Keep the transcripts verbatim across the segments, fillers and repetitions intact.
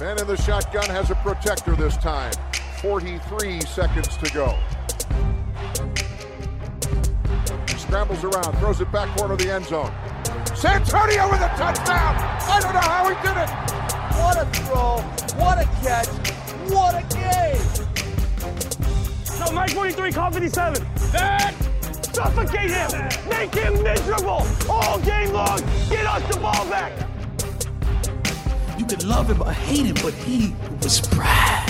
Man in the shotgun has a protector this time. forty-three seconds to go. He scrambles around, throws it back corner of the end zone. Santonio with a touchdown! I don't know how he did it! What a throw, what a catch, what a game! No, Mike twenty-three, call fifty-seven. That! Suffocate him! Make him miserable! All game long! Get us the ball back! You could love him or hate him, but he was Brad.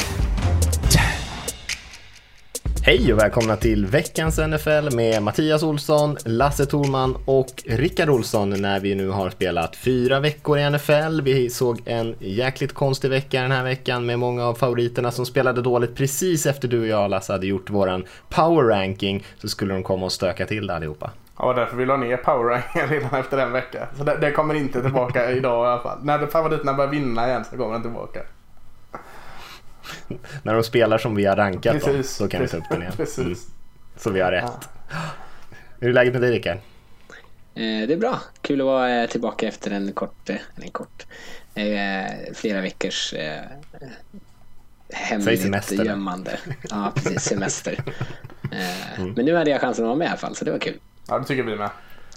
Hej och välkomna till veckans N F L med Mattias Olsson, Lasse Thorman och Rickard Olsson när vi nu har spelat fyra veckor i N F L. Vi såg en jäkligt konstig vecka den här veckan med många av favoriterna som spelade dåligt precis efter du och jag, Lasse, hade gjort våran power ranking, så skulle de komma och stöka till det allihopa. Ja, därför vi la ner power ranking redan efter den veckan. Så det, det kommer inte tillbaka idag i alla fall. När favoriterna börjar vinna igen så kommer den tillbaka. När de spelar som vi har rankat precis, dem, så kan precis, vi ta upp den igen. Precis. Mm. Så vi har rätt. Ja. Hur är läget med dig, Rickard? Eh, det är bra. Kul att vara tillbaka efter en kort, en kort eh, flera veckors eh, hemligt gömmande. Ja, precis, semester. Eh, mm. Men nu hade jag chansen att vara med i alla fall, så det var kul. Ja, det tycker vi med.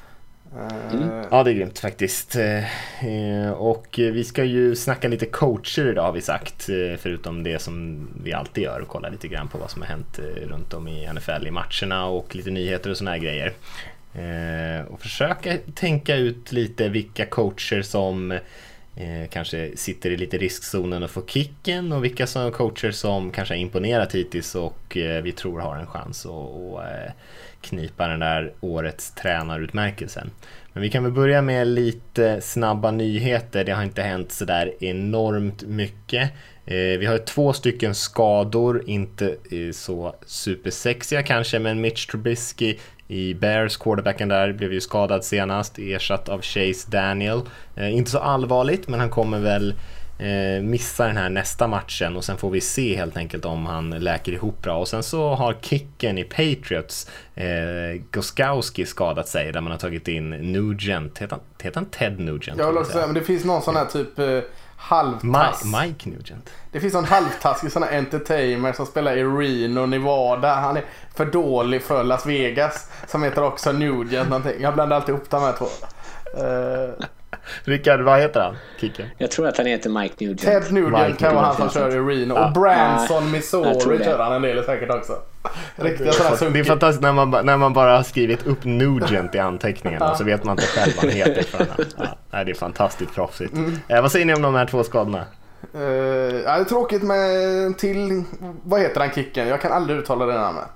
Mm. Ja, det är grymt faktiskt. Och vi ska ju snacka lite coacher idag, har vi sagt, förutom det som vi alltid gör och kolla lite grann på vad som har hänt runt om i N F L i matcherna och lite nyheter och såna här grejer. Och försöka tänka ut lite vilka coacher som kanske sitter i lite riskzonen och får kicken, och vilka som coacher som kanske har imponerat hittills och vi tror har en chans att knipa den där årets tränarutmärkelsen. Men vi kan väl börja med lite snabba nyheter. Det har inte hänt så där enormt mycket. Eh, vi har två stycken skador, inte eh, så supersexiga kanske, men Mitch Trubisky i Bears, quarterbacken där, blev ju skadad senast, ersatt av Chase Daniel. Eh, inte så allvarligt, men han kommer väl Eh, missar den här nästa matchen och sen får vi se helt enkelt om han läker ihop bra. Och sen så har kicken i Patriots, eh, Gostkowski, skadat sig, där man har tagit in Nugent. Heter han, heter han Ted Nugent? Jag vill också säga, men det finns någon sån här typ eh, halvtass. Ma- Mike Nugent. Det finns någon halvtaskig sån här entertainer som spelar i Reno, Nevada. Han är för dålig för Las Vegas, som heter också Nugent någonting. Jag blandar alltid ihop de här två. Eh... Rickard, vad heter han? Kicken? Jag tror att han heter Mike Nugent. Ted Nugent kan vara han som kör i Reno. Ja. Och Branson, Missouri kör han en del säkert också. Riktigt, det, det är fantastiskt när man, när man bara har skrivit upp Nugent i anteckningarna, ja. Så vet man inte själv vad han heter för ja, det är fantastiskt proffsigt. Mm. Eh, vad säger ni om de här två skadorna? Uh, ja, det är tråkigt med till... Vad heter han, kicken? Jag kan aldrig uttala det namnet.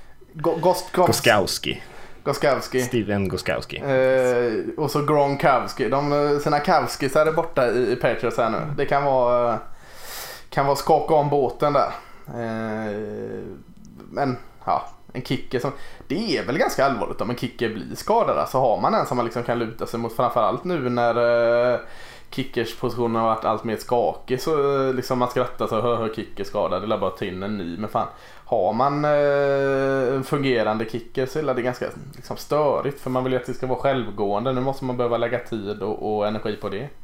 Gostkowski. Gostkowski. Steven Gostkowski. Eh, och så Gronkowski. De, sina Kowskis är borta i, i Patriots här nu. Det kan vara kan vara skaka om båten där. Eh, men ja, en kicker som, det är väl ganska allvarligt om en kicker blir skadad. Så har man en som man liksom kan luta sig mot, framförallt nu när eh, kickerspositionen har varit allt mer skakig, så eh, liksom man skrattar så hör, hör kicker skadad, det är bara att ta in en ny, men fan. Har man eh, en fungerande kicker så är det ganska liksom, störigt, för man vill ju att det ska vara självgående. Nu måste man behöva lägga tid och, och energi på det.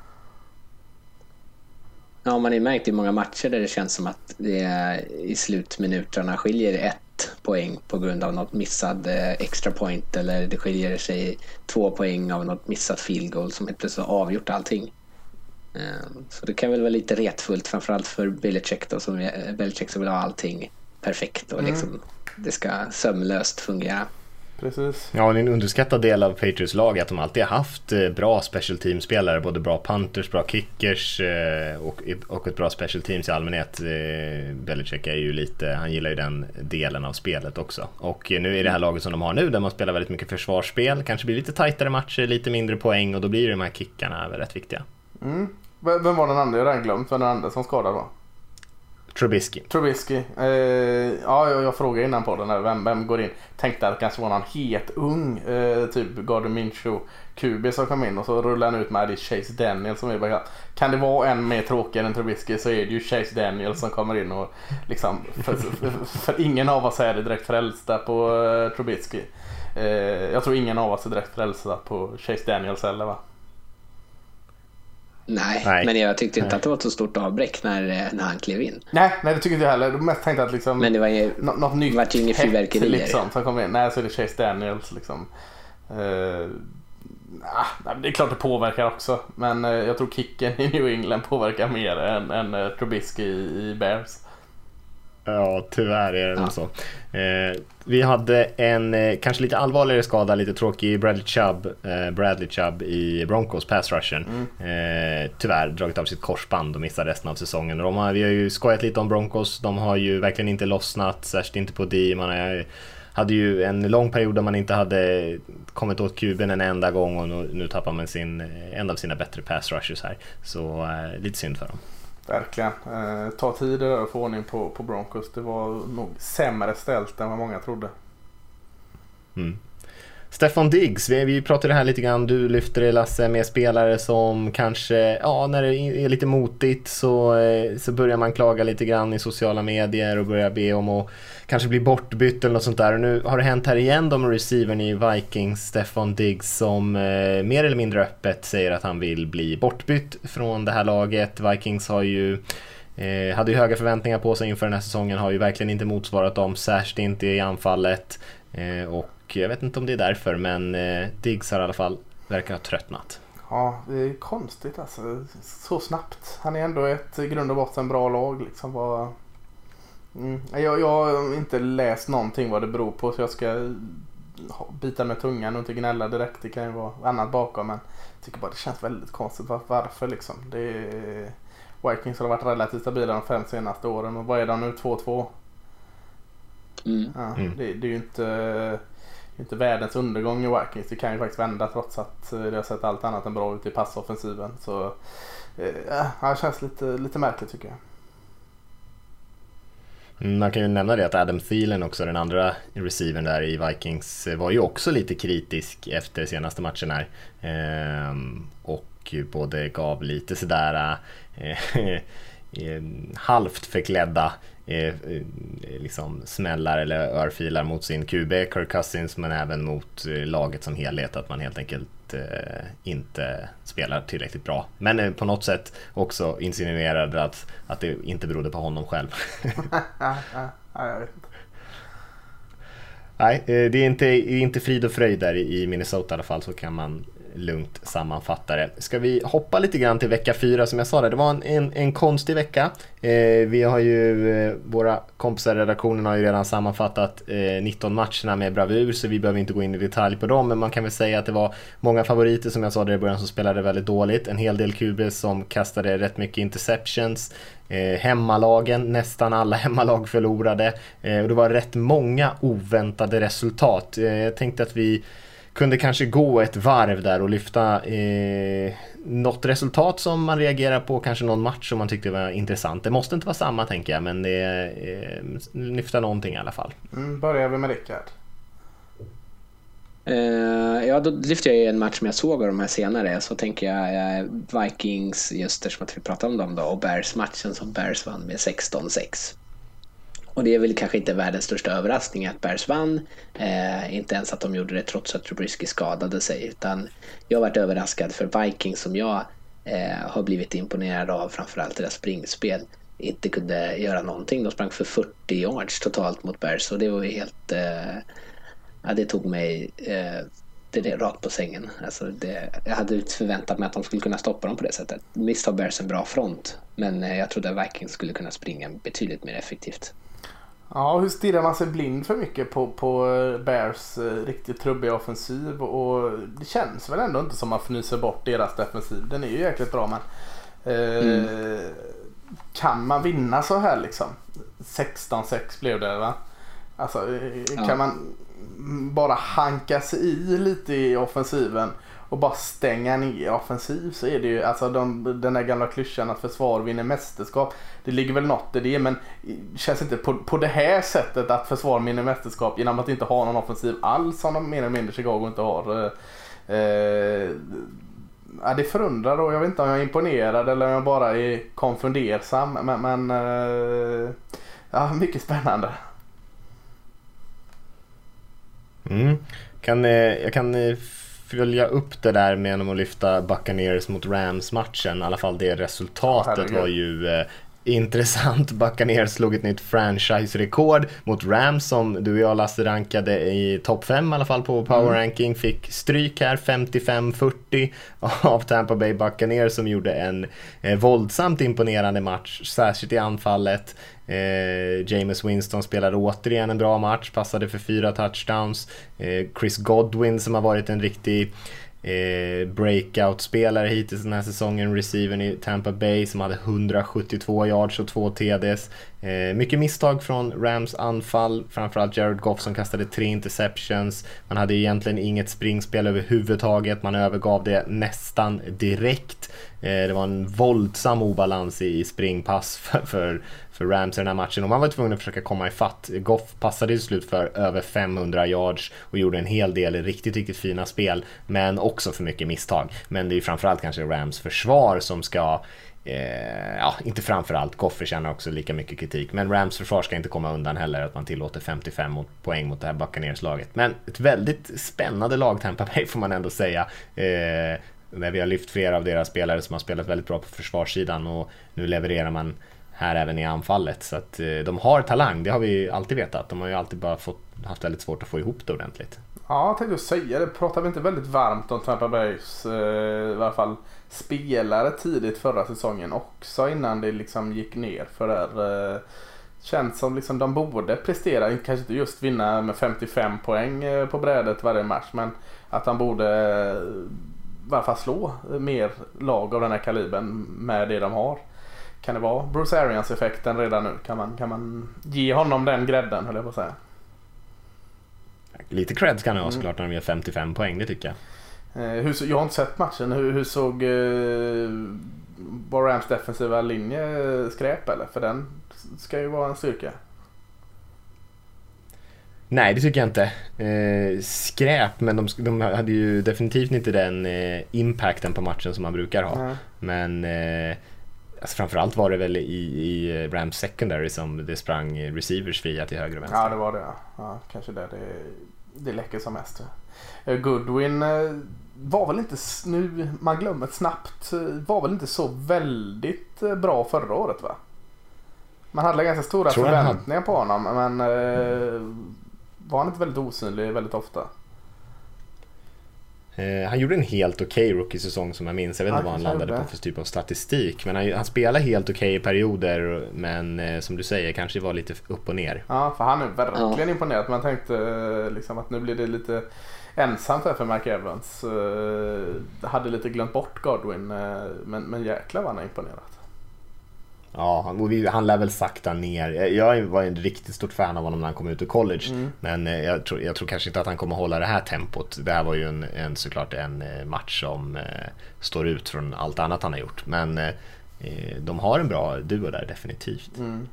Ja, man har märkt i många matcher där det känns som att det är, i slutminuterna skiljer ett poäng på grund av något missad eh, extra point, eller det skiljer sig två poäng av något missat field goal som helt plötsligt har avgjort allting. Eh, så det kan väl vara lite retfullt, framförallt för Belichick då, som, Belichick som vill ha allting perfekt och liksom, mm. det ska sömlöst fungera. Precis. Ja, en underskattad del av Patriots lag är att de alltid har haft bra special team-spelare, både bra punters, bra kickers och, och ett bra special teams i allmänhet. Belichick är ju lite, han gillar ju den delen av spelet också. Och nu är det här laget som de har nu, där man spelar väldigt mycket försvarsspel, kanske blir lite tajtare matcher, lite mindre poäng, och då blir de här kickarna rätt viktiga. Mm. Vem var den andra? Jag har glömt vem den andra som skadade var. Trubisky. Trubisky. Eh, ja, jag, jag frågade innan på den här, vem, vem går in. Tänkte att det kanske var någon het ung, eh, typ Gardner Minshew Q B som kom in, och så rullade han ut med det Chase Daniel som är bara, kan det vara en mer tråkigare än Trubisky, så är det ju Chase Daniel som kommer in och liksom, för, för, för ingen av oss är det direkt frälsta på uh, Trubisky. Eh, jag tror ingen av oss är direkt frälsta på Chase Daniels heller, va? Nej, nej, men jag tyckte inte nej. att det var ett så stort avbräck när, när han klev in. Nej, nej det tycker inte jag heller. Jag mest tänkte att liksom Men det var ju, nå- något nytt vart ju inga fyrverkerier. liksom, som kom in. Nej, så är det Chase Daniels liksom. Uh, nah, det är klart det påverkar också. Men uh, jag tror kicken i New England påverkar mer än, än uh, Trubisky i, i Bears. Ja, tyvärr är det Ja. nog så. Eh, vi hade en eh, kanske lite allvarligare skada, lite tråkig, Bradley Chubb, eh, Bradley Chubb i Broncos pass rushen. Mm. Eh, tyvärr dragit av sitt korsband och missar resten av säsongen. De har, vi har ju skojat lite om Broncos, de har ju verkligen inte lossnat, särskilt inte på D. Man har, hade ju en lång period där man inte hade kommit åt kuben en enda gång och nu, nu tappar man sin, en av sina bättre pass rushers här. Så eh, lite synd för dem. Verkligen. Eh, ta tid där att få ordning på, på Broncos. Det var nog sämre ställt än vad många trodde. Mm. Stefan Diggs, vi, vi pratade här lite grann, du lyfter det Lasse med spelare som kanske, ja när det är lite motigt så, så börjar man klaga lite grann i sociala medier och börjar be om att kanske bli bortbytt eller något sånt där. Och nu har det hänt här igen då med receivern i Vikings, Stefan Diggs, som eh, mer eller mindre öppet säger att han vill bli bortbytt från det här laget. Vikings har ju eh, hade ju höga förväntningar på sig inför den här säsongen, har ju verkligen inte motsvarat dem, särskilt inte i anfallet. Eh, och jag vet inte om det är därför, men eh, Diggs har i alla fall verkar ha tröttnat. Ja, det är konstigt alltså. Så snabbt. Han är ändå ett i grund och botten bra lag liksom. Var... Mm. Jag, jag har inte läst någonting vad det beror på, så jag ska bita med tungan och inte gnälla direkt. Det kan ju vara annat bakom, men jag tycker bara det känns väldigt konstigt. Var, varför liksom? Det är... Vikings har varit relativt stabila de fem senaste åren, och vad är de nu? två två? Mm. Ja, Mm. det, det är ju inte... inte världens undergång i Vikings. Det kan ju faktiskt vända trots att det har sett allt annat än bra ut i passoffensiven. Så eh, det känns lite, lite märkligt tycker jag. Man kan ju nämna det att Adam Thielen också, den andra receivern där i Vikings, var ju också lite kritisk efter senaste matchen här. Ehm, och både gav lite sådär eh, halvt förklädda eh, liksom smällar eller örfilar mot sin Q B Kirk Cousins, men även mot eh, laget som helhet, att man helt enkelt eh, inte spelar tillräckligt bra. Men eh, på något sätt också insinuerade att, att det inte berodde på honom själv. ja, ja, jag vet inte. Nej, eh, det är inte, inte frid och fröjd där i Minnesota i alla fall, så kan man lugnt sammanfatta det. Ska vi hoppa lite grann till vecka fyra, som jag sa det. Det var en, en, en konstig vecka. Eh, vi har ju, eh, våra kompisar i redaktionen har ju redan sammanfattat eh, nitton matcherna med bravur, så vi behöver inte gå in i detalj på dem, men man kan väl säga att det var många favoriter, som jag sa det i början, som spelade väldigt dåligt. En hel del Q B som kastade rätt mycket interceptions. Eh, hemmalagen, nästan alla hemmalag förlorade. Eh, och det var rätt många oväntade resultat. Eh, jag tänkte att vi kunde kanske gå ett varv där och lyfta eh, något resultat som man reagerar på, kanske någon match som man tyckte var intressant. Det måste inte vara samma, tänker jag, men det eh, lyfta någonting i alla fall. Mm, börjar vi med Rickard. Uh, ja, då lyfter jag en match som jag såg av de här senare. Så tänker jag uh, Vikings, just eftersom att vi pratade om dem då, och Bears-matchen som Bears vann med sexton sex. Och det är väl kanske inte världens största överraskning att Bears vann. Eh, inte ens att de gjorde det trots att Trubisky skadade sig. Utan jag har varit överraskad för Vikings, som jag eh, har blivit imponerad av, framförallt deras springspel. Inte kunde göra någonting. De sprang för fyrtio yards totalt mot Bears. Och det var ju helt... Eh, ja, det tog mig eh, det är rakt på sängen. Alltså det, jag hade inte förväntat mig att de skulle kunna stoppa dem på det sättet. Visst har Bears en bra front, men eh, jag trodde att Vikings skulle kunna springa betydligt mer effektivt. Ja, hur stirrar man sig blind för mycket på, på Bears eh, riktigt trubbiga offensiv, och det känns väl ändå inte som att man fnyser bort deras defensiv. Den är ju jäkligt bra, men eh, mm. kan man vinna så här liksom? sexton sex blev det, va? Alltså, kan ja. man bara hanka sig i lite i offensiven och bara stänga ner offensiv, så är det ju, alltså de, den där gamla klyschan att försvar vinner mästerskap, det ligger väl något i det, men det känns inte på, på det här sättet att försvar vinner mästerskap genom att inte ha någon offensiv alls, som de mer eller mindre Chicago inte har. Eh, ja, det förundrar, och jag vet inte om jag är imponerad eller om jag bara är konfundersam, men, men eh, ja, mycket spännande. Mm. Kan, jag kan följa upp det där med att lyfta Buccaneers mot Rams-matchen. I alla fall det resultatet ja, var ju eh, intressant. Buccaneers slog ett nytt franchise-rekord mot Rams som du och jag, Lasse, rankade i topp fem i alla fall på Power mm. Ranking. Fick stryk här femtiofem fyrtio av Tampa Bay Buccaneers som gjorde en eh, våldsamt imponerande match, särskilt i anfallet. Eh, Jameis Winston spelade återigen en bra match, passade för fyra touchdowns. eh, Chris Godwin som har varit en riktig eh, breakout-spelare hittills den här säsongen, receivern i Tampa Bay som hade hundrasjuttiotvå yards och två T Ds. eh, Mycket misstag från Rams anfall, framförallt Jared Goff som kastade tre interceptions. Man hade egentligen inget springspel överhuvudtaget, man övergav det nästan direkt. Det var en våldsam obalans i springpass för, för, för Rams i den här matchen och man var tvungen att försöka komma i fatt. Goff passade i slut för över femhundra yards och gjorde en hel del riktigt, riktigt fina spel, men också för mycket misstag. Men det är framförallt kanske Rams försvar som ska eh, ja, inte framförallt, Goff förtjänar också lika mycket kritik, men Rams försvar ska inte komma undan heller att man tillåter femtiofem mot, poäng mot det här Buccaneers-laget. Men ett väldigt spännande lag Tampa Bay får man ändå säga. eh, När vi har lyft flera av deras spelare som har spelat väldigt bra på försvarssidan och nu levererar man här även i anfallet. Så att eh, de har talang, det har vi alltid vetat. De har ju alltid bara fått, haft väldigt svårt att få ihop det ordentligt. Ja, jag tänkte säga det. Pratar vi inte väldigt varmt om Tampa Bays eh, i alla fall spelare tidigt förra säsongen också innan det liksom gick ner för där. Eh, känns som liksom de borde prestera, kanske inte just vinna med femtiofem poäng eh, på brädet varje match, men att de borde eh, i alla fall slå mer lag av den här kalibern med det de har. Kan det vara Bruce Arians-effekten redan nu? Kan man, kan man ge honom den grädden, höll jag på att säga. Lite creds kan det ha såklart när de gör femtiofem poäng, det tycker jag. Eh, hur, jag har inte sett matchen. Hur, hur såg eh, var Rams defensiva linje skräp eller? För den ska ju vara en styrka. Nej, det tycker jag inte. Eh, skräp, men de, de hade ju definitivt inte den eh, impacten på matchen som man brukar ha. Mm. Men eh, alltså framförallt var det väl i, i Rams secondary som det sprang receivers fria till höger och vänster. Ja, det var det. Ja, kanske där det, det läcker som mest. Goodwin eh, var väl inte, nu man glömmer snabbt, var väl inte så väldigt bra förra året, va? Man hade ganska stora Tror förväntningar hade... på honom, men eh, var han inte väldigt osynlig väldigt ofta? Eh, han gjorde en helt okej okay rookie-säsong som jag minns. Jag vet inte vad han landade på för typ av statistik. Men han, han spelade helt okej okay i perioder. Men eh, som du säger, kanske var lite upp och ner. Ja, för han är verkligen ja. imponerad. Man tänkte eh, liksom att nu blir det lite ensamt här för Mark Evans. Eh, hade lite glömt bort Godwin. Eh, men, men jäklar var han imponerad. Ja, han, han lär väl sakta ner. Jag var en riktigt stort fan av honom när han kom ut ur college. Mm. Men jag tror, jag tror kanske inte att han kommer hålla det här tempot. Det här var ju en, en, såklart en match som eh, står ut från allt annat han har gjort. Men eh, de har en bra duo där, definitivt. Mm.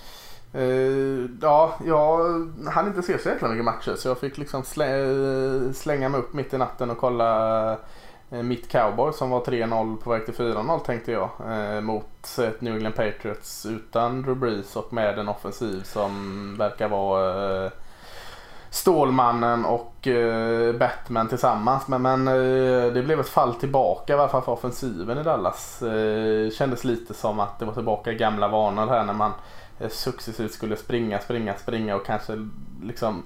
Uh, ja, jag hann inte se så jäkla mycket matcher. Så jag fick liksom slä, slänga mig upp mitt i natten och kolla mitt Cowboy som var tre noll på väg till fyra noll tänkte jag, eh, mot ett New England Patriots utan Drew Brees och med en offensiv som verkar vara eh, Stålmannen och eh, Batman tillsammans, men, men eh, det blev ett fall tillbaka i alla fall för offensiven i Dallas. Eh, kändes lite som att det var tillbaka i gamla vanor här när man eh, successivt skulle springa, springa, springa och kanske liksom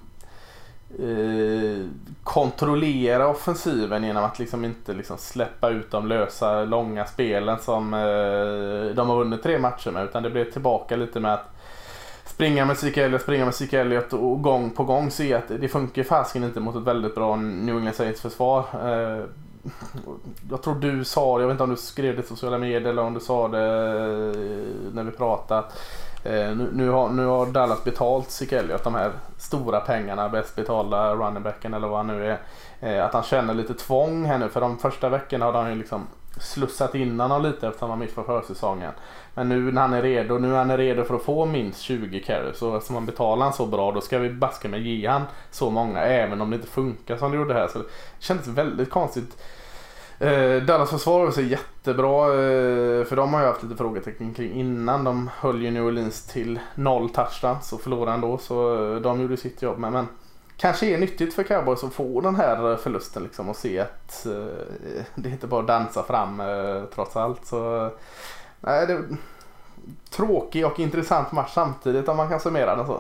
Eh, kontrollera offensiven genom att liksom inte liksom släppa ut de lösa långa spelen som eh, de har vunnit tre matcher med, utan det blev tillbaka lite med att springa med Zeke Elliott, springa med Zeke Elliott och gång på gång se att det funkar fasken inte mot ett väldigt bra New England Saints försvar. Eh, jag tror du sa, jag vet inte om du skrev det i sociala medier eller om du sa det när vi pratade. Eh, nu, nu, har, nu har Dallas betalt Zeke Elliott de här stora pengarna, bäst betalda running backen eller vad han nu är, eh, att han känner lite tvång här nu, för de första veckorna har han ju liksom slussat innan och lite eftersom han missade försäsongen, men nu när han är redo nu är han är redo för att få minst tjugo carries, så eftersom man betalar han så bra då ska vi baska med ge han så många även om det inte funkar som det gjorde här, så det kändes väldigt konstigt. Eh, Dallas försvar är jättebra, eh, för de har ju haft lite frågetecken kring innan. De höll ju New Orleans till noll touchdowns och förlorade ändå, så de gjorde sitt jobb. Men, men kanske är nyttigt för Cowboys att få den här förlusten liksom, och se att uh, det inte bara dansa fram uh, trots allt. Så nej, det tråkig och intressant match samtidigt om man kan summera den så.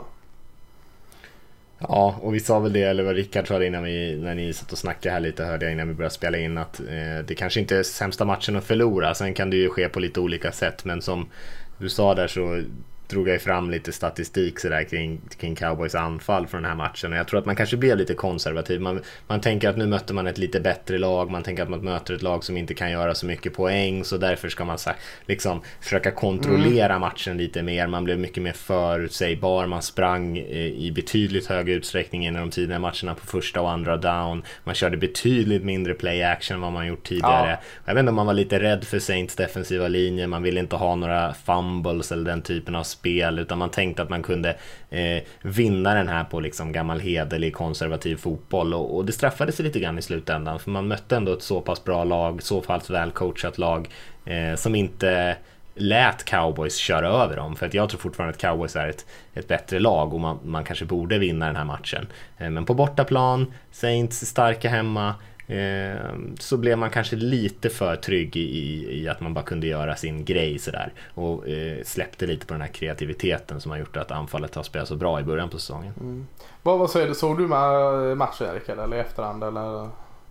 Ja, och vi sa väl det, eller vad Rickard sa innan vi, när ni satt och snackade här lite, hörde jag innan vi började spela in, att eh, det kanske inte är sämsta matchen att förlora. Sen kan det ju ske på lite olika sätt, men som du sa där så drog jag fram lite statistik så där kring, kring Cowboys anfall från den här matchen, och jag tror att man kanske blev lite konservativ. Man, man tänker att nu möter man ett lite bättre lag, man tänker att man möter ett lag som inte kan göra så mycket poäng, så därför ska man liksom försöka kontrollera mm. matchen lite mer. Man blev mycket mer förutsägbar, man sprang i betydligt högre utsträckning än de tidigare matcherna på första och andra down, man körde betydligt mindre play action än vad man gjort tidigare. Ja. Jag vet inte om man var lite rädd för Saints defensiva linje, man ville inte ha några fumbles eller den typen av spel, utan man tänkte att man kunde eh, vinna den här på liksom gammal hederlig konservativ fotboll, och, och det straffade sig lite grann i slutändan, för man mötte ändå ett så pass bra lag, så pass välcoachat lag eh, som inte lät Cowboys köra över dem, för att jag tror fortfarande att Cowboys är ett, ett bättre lag och man, man kanske borde vinna den här matchen, eh, men på bortaplan, Saints starka hemma, Eh, så blev man kanske lite för trygg i, i att man bara kunde göra sin grej sådär, och eh, släppte lite på den här kreativiteten som har gjort att anfallet har spelat så bra i början på säsongen. Mm. Vad, vad säger du, såg du med matchen, Erik, eller i efterhand eller?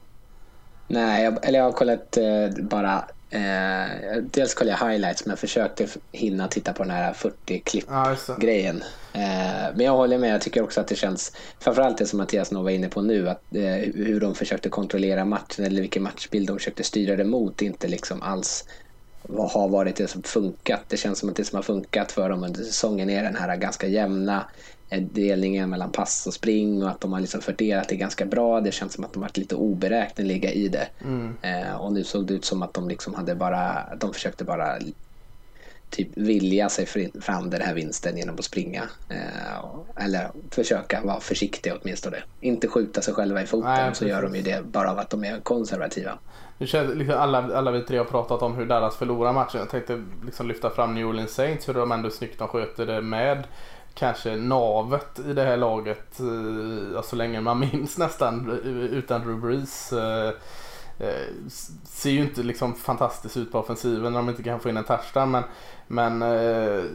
Nej, jag, eller jag har kollat eh, bara eh, dels kollade jag highlights, men jag försökte hinna titta på den här fyrtio-klipp-grejen. Ja, eh, men jag håller med, jag tycker också att det känns, framförallt det som Mattias nog var inne på nu, att eh, hur de försökte kontrollera matchen, eller vilken matchbild de försökte styra det mot, inte liksom alls vad har varit det som funkat. Det känns som att det som har funkat för dem under säsongen är den här ganska jämna delningen mellan pass och spring, och att de har liksom fördelat det ganska bra. Det känns som att de varit lite oberäkneliga i det. Mm. Eh, och nu såg det ut som att de liksom hade bara, de försökte bara typ vilja sig fram den här vinsten genom att springa. Eh, eller försöka vara försiktiga åtminstone. Inte skjuta sig själva i foten. Nej, så gör de ju det bara av att de är konservativa. Nu känns, liksom alla, alla vi tre har pratat om hur Dallas förlorar matchen. Jag tänkte liksom lyfta fram New Orleans Saints, hur de ändå snyggt de sköter det med kanske navet i det här laget, eh, så länge man minns nästan, utan Drew Brees. Eh, eh, ser ju inte liksom fantastiskt ut på offensiven när de inte kan få in en touchdown, men, men eh,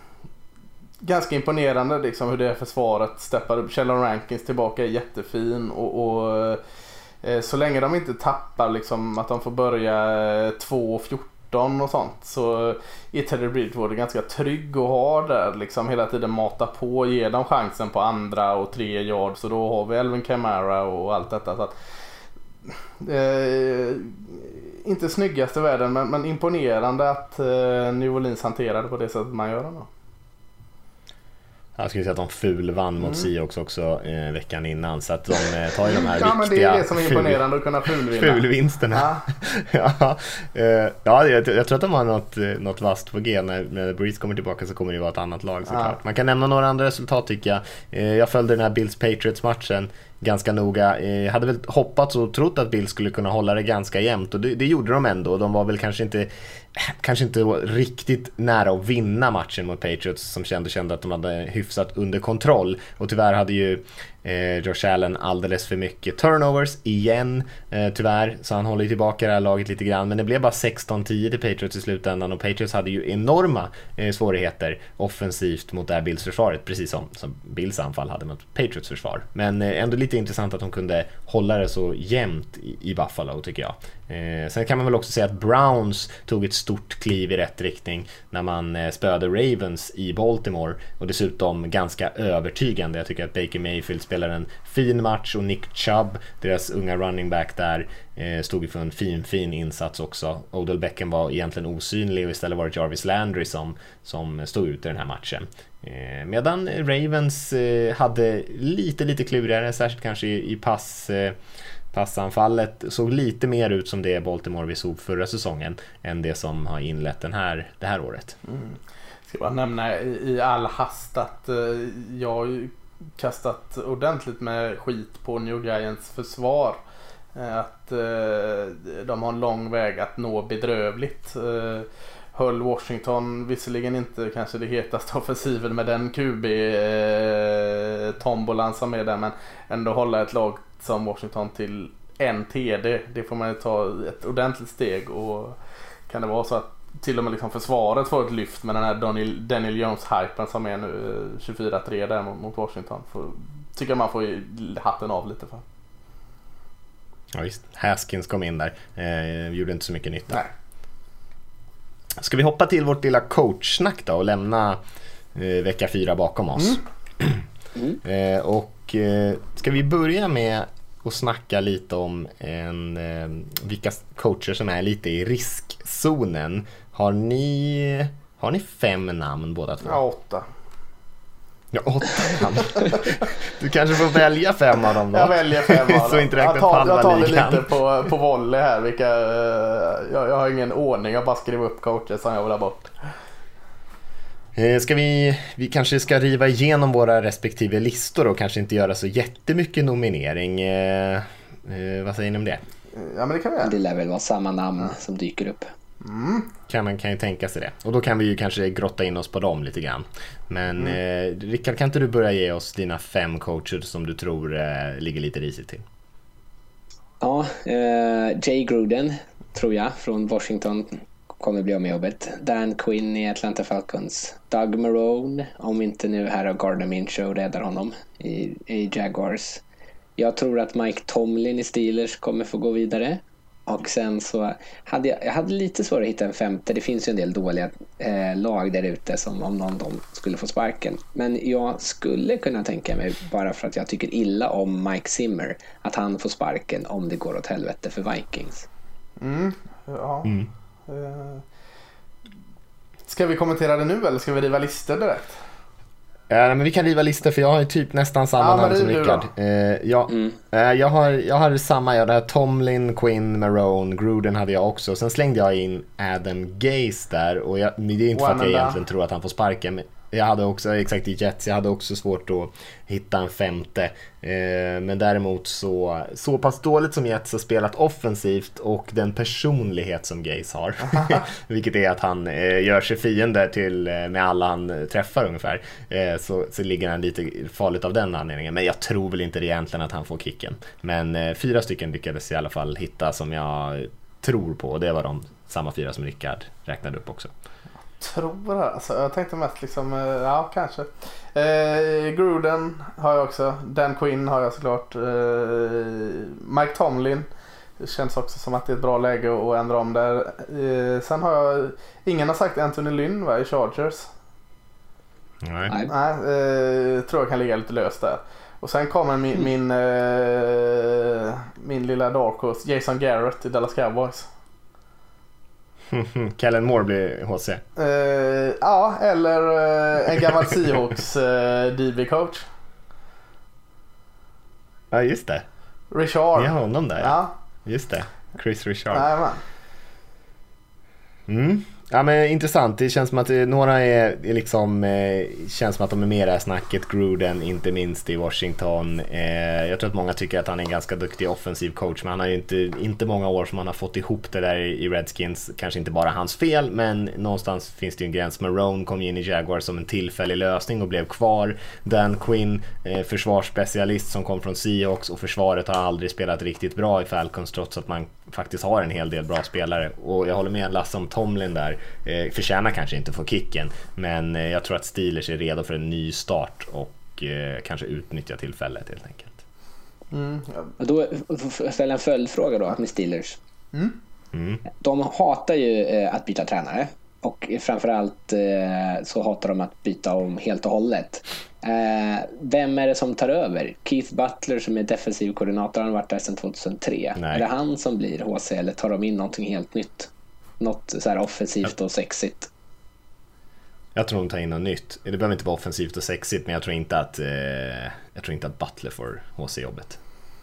ganska imponerande liksom hur det här försvaret steppar upp. Sheldon Rankins tillbaka är jättefin, och, och eh, så länge de inte tappar liksom att de får börja två fjorton och sånt, så är Teddy Bridgewater ganska trygg att ha där, liksom hela tiden mata på, ge dem chansen på andra och tre yard, så då har vi Alvin Kamara och allt detta, så att eh, inte snyggaste världen, men, men imponerande att eh, New Orleans hanterade på det sättet man gör då. Jag skulle säga att de fulvann mot mm. Seahawks också eh, veckan innan, så att de eh, tar ju de här ja, riktiga men det är det som är imponerande, att kunna fulvinna. Fulvinsterna. Ja. ja, eh, ja jag, jag tror att de har något, något vast på G. När, när Breeze kommer tillbaka så kommer det vara ett annat lag såklart. Ja. Man kan nämna några andra resultat tycker jag. Eh, jag följde den här Bills-Patriots-matchen ganska noga. Jag hade väl hoppats och trott att Bills skulle kunna hålla det ganska jämnt, och det, det gjorde de ändå. De var väl kanske inte kanske inte riktigt nära att vinna matchen mot Patriots, som kände, kände att de hade hyfsat under kontroll, och tyvärr hade ju eh, Josh Allen alldeles för mycket turnovers igen, eh, tyvärr, så han håller tillbaka det här laget lite grann, men det blev bara sexton tio till Patriots i slutändan, och Patriots hade ju enorma eh, svårigheter offensivt mot det här Bills-försvaret, precis som, som Bills anfall hade mot Patriots försvar, men eh, ändå lite intressant att de kunde hålla det så jämnt i, i Buffalo tycker jag. Eh, sen kan man väl också säga att Browns tog ett stort kliv i rätt riktning när man eh, spöade Ravens i Baltimore, och dessutom ganska övertygande. Jag tycker att Baker Mayfield spelar en fin match, och Nick Chubb, deras unga running back där, eh, stod för en fin fin insats också. Odell Beckham var egentligen osynlig, och istället var det Jarvis Landry som, som stod ut i den här matchen. Eh, medan Ravens eh, hade lite lite klurigare, särskilt kanske i, i pass eh, passanfallet, såg lite mer ut som det Baltimore vi såg förra säsongen än det som har inlett den här, det här året. Mm. Ska bara nämna i, i all hast att eh, jag har kastat ordentligt med skit på New Giants försvar. Eh, att eh, de har en lång väg att nå bedrövligt. Eh, höll Washington visserligen inte kanske det hetaste offensiven med den Q B eh, tombolan som är där, men ändå hålla ett lag som Washington till en T D, det får man ju ta ett ordentligt steg. Och kan det vara så att till och med liksom försvaret får ett lyft med den här Daniel, Daniel Jones-hypen som är nu tjugofyra tre där mot, mot Washington, för, tycker jag man får hatten av lite för. Ja visst, Haskins kom in där, eh, gjorde inte så mycket nytta. Nej. Ska vi hoppa till vårt lilla coachsnack då och lämna eh, vecka fyra bakom oss? Mm. eh, och eh, ska vi börja med att snacka lite om en, eh, vilka coacher som är lite i riskzonen. Har ni, har ni fem namn båda två? Ja, åtta. Ja, åtta namn. Du kanske får välja fem av dem då. Jag väljer fem av dem. Så inte räkna jag tar, jag tar det ligan. lite på, på volley här. Vilka, jag, jag har ingen ordning. Jag bara skriver upp coacher som jag vill ha bort. Ska vi, vi kanske ska riva igenom våra respektive listor och kanske inte göra så jättemycket nominering. Eh, eh, vad säger ni om det? Ja, men det kan vi göra. Det lär väl vara samma namn mm. som dyker upp. Mm. Kan man kan ju tänka sig det. Och då kan vi ju kanske grotta in oss på dem lite grann. Men mm. eh, Rickard, kan inte du börja ge oss dina fem coacher som du tror eh, ligger lite risigt till? Ja, eh, Jay Gruden tror jag från Washington kommer bli av med jobbet. Dan Quinn i Atlanta Falcons. Doug Marrone, om inte nu här och Gardner Minshew räddar honom i, i Jaguars. Jag tror att Mike Tomlin i Steelers kommer få gå vidare. Och sen så hade jag, jag hade lite svårt att hitta en femte. Det finns ju en del dåliga eh, lag där ute som om någon de skulle få sparken. Men jag skulle kunna tänka mig, bara för att jag tycker illa om Mike Zimmer, att han får sparken om det går åt helvete för Vikings. Mm, ja. Mm. Uh, ska vi kommentera det nu eller ska vi riva listor direkt? Ja, men vi kan riva listor för jag har ju typ nästan samma ja, namn som Rickard. Eh, ja, mm. eh, jag, har, jag har samma, jag hade Tomlin, Quinn, Marrone, Gruden hade jag också. Sen slängde jag in Adam Gase där. Och jag, det är inte för att jag egentligen tror att han får sparken. Men jag hade också, exakt i Jets, jag hade också svårt att hitta en femte. Eh, men däremot så, så pass dåligt som Jets har spelat offensivt och den personlighet som Gase har. Vilket är att han eh, gör sig fiender till, eh, med alla han träffar ungefär. Eh, så, så ligger han lite farligt av den anledningen. Men jag tror väl inte det egentligen att han får kicken. Men eh, fyra stycken lyckades i alla fall hitta som jag tror på. Och det var de samma fyra som Rickard räknade upp också. Tror det, alltså, jag tänkte mest liksom, ja kanske eh, Gruden har jag också, Dan Quinn har jag såklart, eh, Mike Tomlin, det känns också som att det är ett bra läge att ändra om där. eh, sen har jag, ingen har sagt Anthony Lynn va, i Chargers. Nej, Nej eh, tror jag kan ligga lite löst där. Och sen kommer min, mm. min, eh, min lilla dark horse Jason Garrett i Dallas Cowboys. Kellen Moore blir H C. Uh, ja, eller uh, en gammal Seahawks uh, D B-coach. Ja, just det. Richard. Ja, honom där. Ja. Just det. Chris Richard. Nej, man. Mm. Ja, men intressant. Det känns som att några är, är liksom eh, känns som att de är mera snacket. Gruden, inte minst i Washington. Eh, jag tror att många tycker att han är en ganska duktig offensiv coach, men han har ju inte, inte många år som han har fått ihop det där i Redskins. Kanske inte bara hans fel, men någonstans finns det ju en gräns. Marrone kom in i Jaguars som en tillfällig lösning och blev kvar. Dan Quinn, eh, försvarsspecialist som kom från Seahawks, och försvaret har aldrig spelat riktigt bra i Falcons trots att man faktiskt har en hel del bra spelare. Och jag håller med Lasse om Tomlin där. Eh, förtjänar kanske inte få kicken, men eh, jag tror att Steelers är redo för en ny start och eh, kanske utnyttja tillfället helt enkelt. Mm, ja. Då får jag ställa en följdfråga då med Steelers. Mm. Mm. De hatar ju eh, att byta tränare, och framförallt eh, så hatar de att byta om helt och hållet. Eh, vem är det som tar över? Keith Butler som är defensiv koordinator, han har varit där sedan tjugohundratre. Nej. Är det han som blir H C eller tar de in någonting helt nytt? Något så här offensivt och sexigt? Jag tror de tar in något nytt. Det behöver inte vara offensivt och sexigt, men jag tror inte att eh, jag tror inte att Butler får H C-jobbet.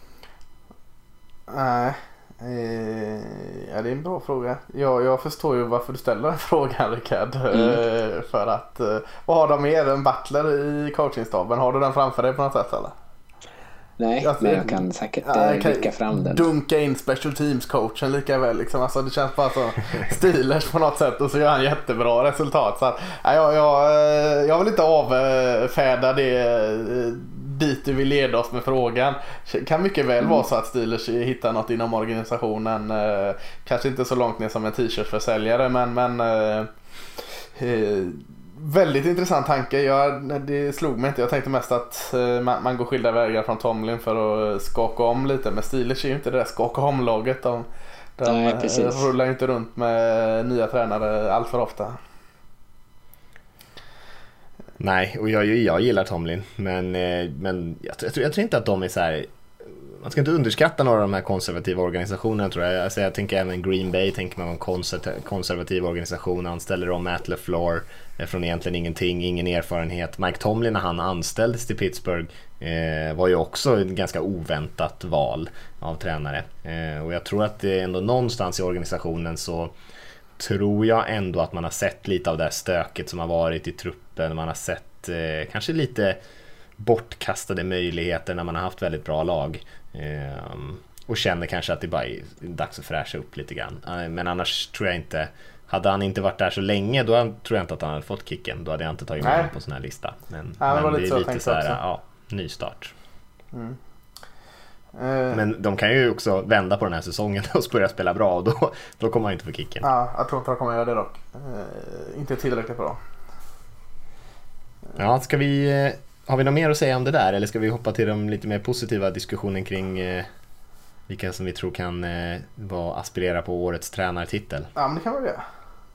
Nej. Eh, ja, det är en bra fråga. Jag, jag förstår ju varför du ställer den frågan, Rickard. Mm. Eh, för att, eh, vad har de mer än Butler i coachingstaben? Har du den framför dig på något sätt eller? Nej, jag, men jag kan säkert ja, jag kan fram den. Dunka in special teams coachen lika väl liksom. Alltså, det känns bara så Steelers på något sätt, och så gör han jättebra resultat. Så att, ja, jag, jag, jag vill inte avfärda det, dit du vill leda oss med frågan. Kan mycket väl mm. vara så att Steelers hittar något inom organisationen. Eh, kanske inte så långt ner som en t-shirtförsäljare, men, men eh, eh, väldigt intressant tanke. Jag, det slog mig inte. Jag tänkte mest att eh, man, man går skilda vägar från Tomlin för att skaka om lite. Men Steelers är ju inte det där skaka om-laget. De, de Nej, rullar ju inte runt med nya tränare allt för ofta. Nej, och jag, jag gillar Tomlin, men, men jag, jag, tror, jag tror inte att de är så här. Man ska inte underskatta några av de här konservativa organisationerna, tror jag. Alltså, jag tänker även Green Bay, tänker man på en konservativ organisation, anställer de Matt LaFleur från egentligen ingenting, ingen erfarenhet. Mike Tomlin, när han anställdes till Pittsburgh, eh, var ju också ett ganska oväntat val av tränare. Eh, och jag tror att det är ändå någonstans i organisationen så tror jag ändå att man har sett lite av det här stöket som har varit i truppen. Man har sett eh, kanske lite bortkastade möjligheter när man har haft väldigt bra lag. Eh, och känner kanske att det bara är dags att fräscha upp lite grann. Eh, men annars tror jag inte, hade han inte varit där så länge, då tror jag inte att han hade fått kicken. Då hade jag inte tagit med honom på sån här lista. Men, ja, men det, det är så lite så här, ja, nystart. Mm. Men de kan ju också vända på den här säsongen och börja spela bra, och då, då kommer han inte få kicken. Ja, jag tror inte de kommer göra det dock. Uh, inte tillräckligt bra. Ja, ska vi, har vi något mer att säga om det där, eller ska vi hoppa till de lite mer positiva diskussionen kring uh, vilka som vi tror kan uh, vara, aspirera på årets tränartitel? Ja, men det kan vi göra.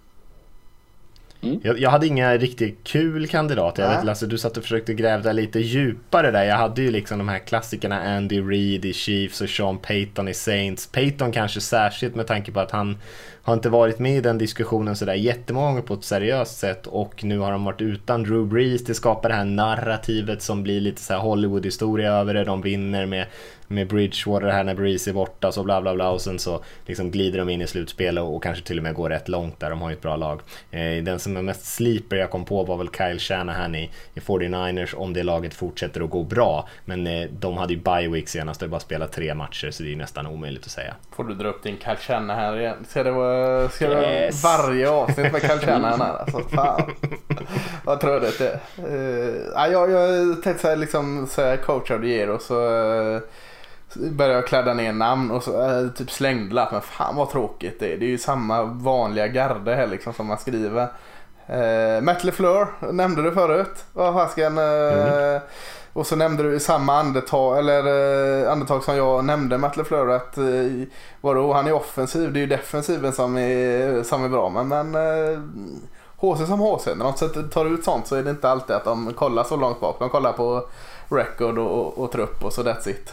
Mm. Jag, jag hade inga riktigt kul kandidater. Jag vet, Lasse, du satt och försökte gräva lite djupare där. Jag hade ju liksom de här klassikerna, Andy Reid i Chiefs och Sean Payton i Saints. Payton kanske särskilt med tanke på att han har inte varit med i den diskussionen så där jättemånga gånger på ett seriöst sätt, och nu har de varit utan Drew Brees. Det skapar det här narrativet som blir lite så här Hollywood-historia över det. De vinner med med Bridgewater här när Brees är borta, så bla bla bla, och sen så liksom glider de in i slutspel och, och kanske till och med går rätt långt där. De har ju ett bra lag. Eh, den som är mest sleeper jag kom på var väl Kyle Shanahan i, i fyrtionioers, om det laget fortsätter att gå bra. Men eh, de hade ju bye week senast och bara spelat tre matcher, så det är ju nästan omöjligt att säga. Får du dra upp din Kyle Shanahan här igen? Ska det vara, ska det yes. vara varje avsnitt med Kyle Shanahan här? Alltså, fan. Vad tror du det är? Uh, jag, jag tänkte så här, liksom så här, coach of the year, och så uh, började jag kladda ner namn och så äh, typ slängde lapp, men fan vad tråkigt det är. Det är ju samma vanliga garde här liksom som man skriver. Uh, Matt LaFleur nämnde du förut. Vad fasken, uh, mm. Och så nämnde du i samma andetag, eller uh, andetag som jag nämnde Matt LaFleur, att uh, vadå, han är offensiv, det är ju defensiven som är, som är bra, men, men uh, H C som H C, när de tar ut sånt så är det inte alltid att de kollar så långt bak. De kollar på record och, och, och trupp och så that's it.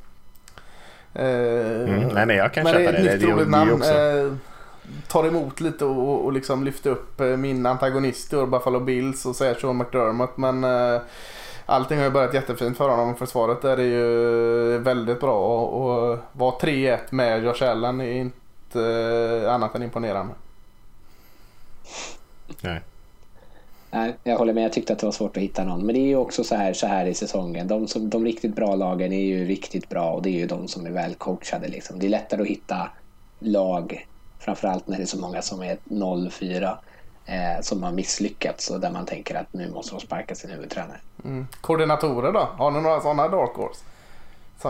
Mm, nej, men jag kan men köpa det. Det, det, det, namn, det också. Eh, tar emot lite och, och liksom lyfter upp min antagonist och Buffalo Bills och säger Sean McDermott, men eh, allting har ju börjat jättefint för honom. Försvaret är det ju väldigt bra, och, och var tre ett med Josh Allen är inte eh, annat än imponerande. Nej. Nej, jag håller med. Jag tyckte att det var svårt att hitta någon. Men det är ju också så här, så här i säsongen. De, som, de riktigt bra lagen är ju riktigt bra, och det är ju de som är väl coachade. Liksom. Det är lättare att hitta lag, framförallt när det är så många som är noll fyra eh, som har misslyckats, och där man tänker att nu måste de sparka sin huvudtränare. Mm. Koordinatorer då? Har ni några sådana dark horse? Så.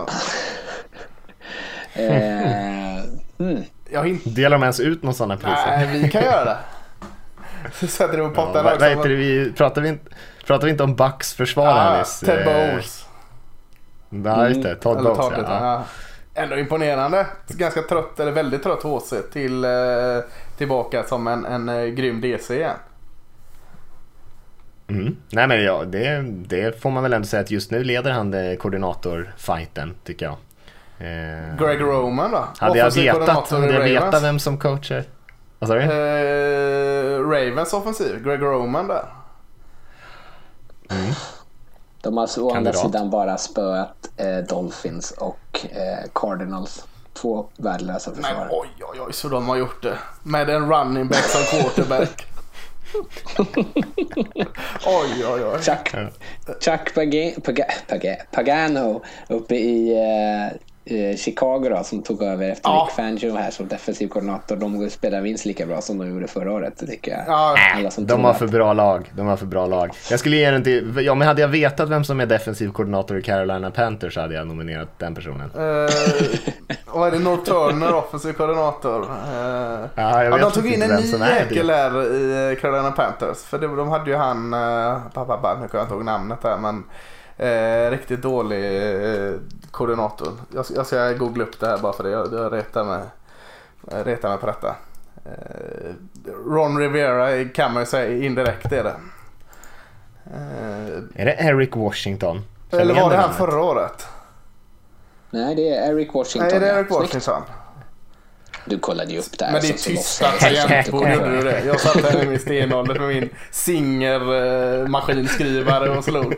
eh, mm. Jag hint- Delar de ens ut någon sådana priser? Nej, vi kan göra det. Så sätter du på potten. Ja, vad heter det, vi, pratar, vi inte, pratar vi inte om Bucks försvarare? Ah, Ted Bowles. Nej, just det. Todd Bowles, ja. Ja. Ändå imponerande. Ganska trött, eller väldigt trött H C till, eh, tillbaka som en, en eh, grym D C igen. Mm. Nej, men ja, det, det får man väl ändå säga att just nu leder han koordinator-fighten, tycker jag. Eh, Greg Roman då? Hade jag vetat, hade jag vetat vem som coachar? Vad sa du? Eh, Ravens offensiv, Greg Roman där. Mm. De har å andra sidan bara spöat eh, Dolphins och eh, Cardinals. Två värdelösa försvarare. Men oj, oj, oj, så de har gjort det. Med en running back som quarterback. Oj, oj, oj. Chuck, Chuck Pag- Pag- Pag- Pagano uppe i, uh, Chicago då, som tog över efter Ja. Vic Fangio här som defensiv koordinator, de spelar minst lika bra som de gjorde förra året, det tycker jag. Ja. Alla som De tror har att- för bra lag. De har för bra lag. Jag skulle ge den till... Ja, men hade jag vetat vem som är defensiv koordinator i Carolina Panthers så hade jag nominerat den personen. Eh, vad är det? North Turner, offensiv koordinator. Eh, Ja, jag vet de tog in inte en vem ny som är det. jäkel där i Carolina Panthers. För det, de hade ju han, eh, pappa, nu kan jag inte ihåg namnet här, men eh, riktigt dålig eh, koordinator. Jag, jag ska googla upp det här bara för det. Jag, jag retar, mig, jag retar mig på detta. Eh, Ron Rivera kan man ju säga indirekt är det. Eh, Är det Eric Washington? Känner eller igen var det det han namnet? förra året? Nej, det är Eric Washington. Nej, är det ja. Eric Snyggt. Washington? Du kollade ju upp det här. Men det är så- så tysta låtsas jag inte tangentbord, komma gjorde ihåg. du det? Jag satt här i min stenålder med min Singer-maskinskrivare och slog.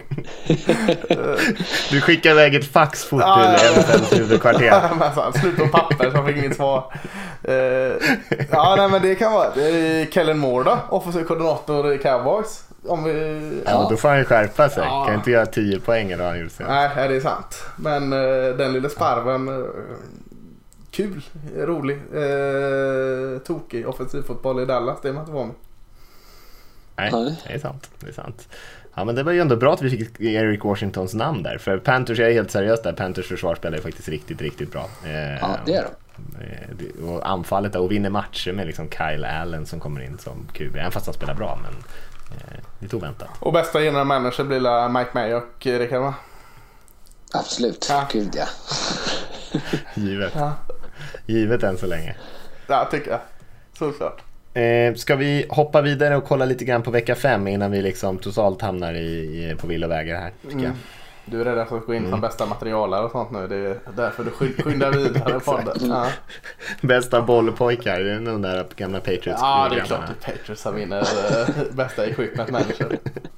Du skickar iväg ett fax fort Ja, till ja, ja. N F L:s huvudkvarter. Men så, slut på papper så jag fick inget svar. Uh, ja, nej, men det kan vara det är Kellen Moore då, offensiv koordinator i Cowboys. Om vi... Ja, då får han ju skärpa sig. Ja. Kan inte göra tio poäng eller vad han gjort sen. Nej, det är sant. Men uh, den lilla sparven, uh, kul, rolig, uh, tokig offensiv fotboll i Dallas, det är man inte van med. Nej, Nej. det är sant. Det är sant. Ja, men det var ju ändå bra att vi fick Eric Washingtons namn där. För Panthers, jag är helt seriös där. Panthers försvarsspelare är faktiskt riktigt, riktigt bra. Eh, Ja, det är de. eh, Och anfallet där, och vinner matcher med liksom Kyle Allen som kommer in som Q B. Även fast han spelar bra, men eh, det tog vänta. Och bästa general manager blir la Mike Mayock, det kan vara. Absolut, Ja. gud ja. Givet. Ja. Givet än så länge. Ja, tycker jag. Såklart. Eh, ska vi hoppa vidare och kolla lite grann på vecka fem innan vi liksom totalt hamnar i, i, på villovägar här, tycker jag. Du är rädd för att gå in som bästa materialare och sånt nu. Det är därför du sky- skyndar vidare på det. Ja, Bästa bollpojkar, det är de där gamla Patriots. ja det är klart att Patriots har vinner äh, bästa equipment manager.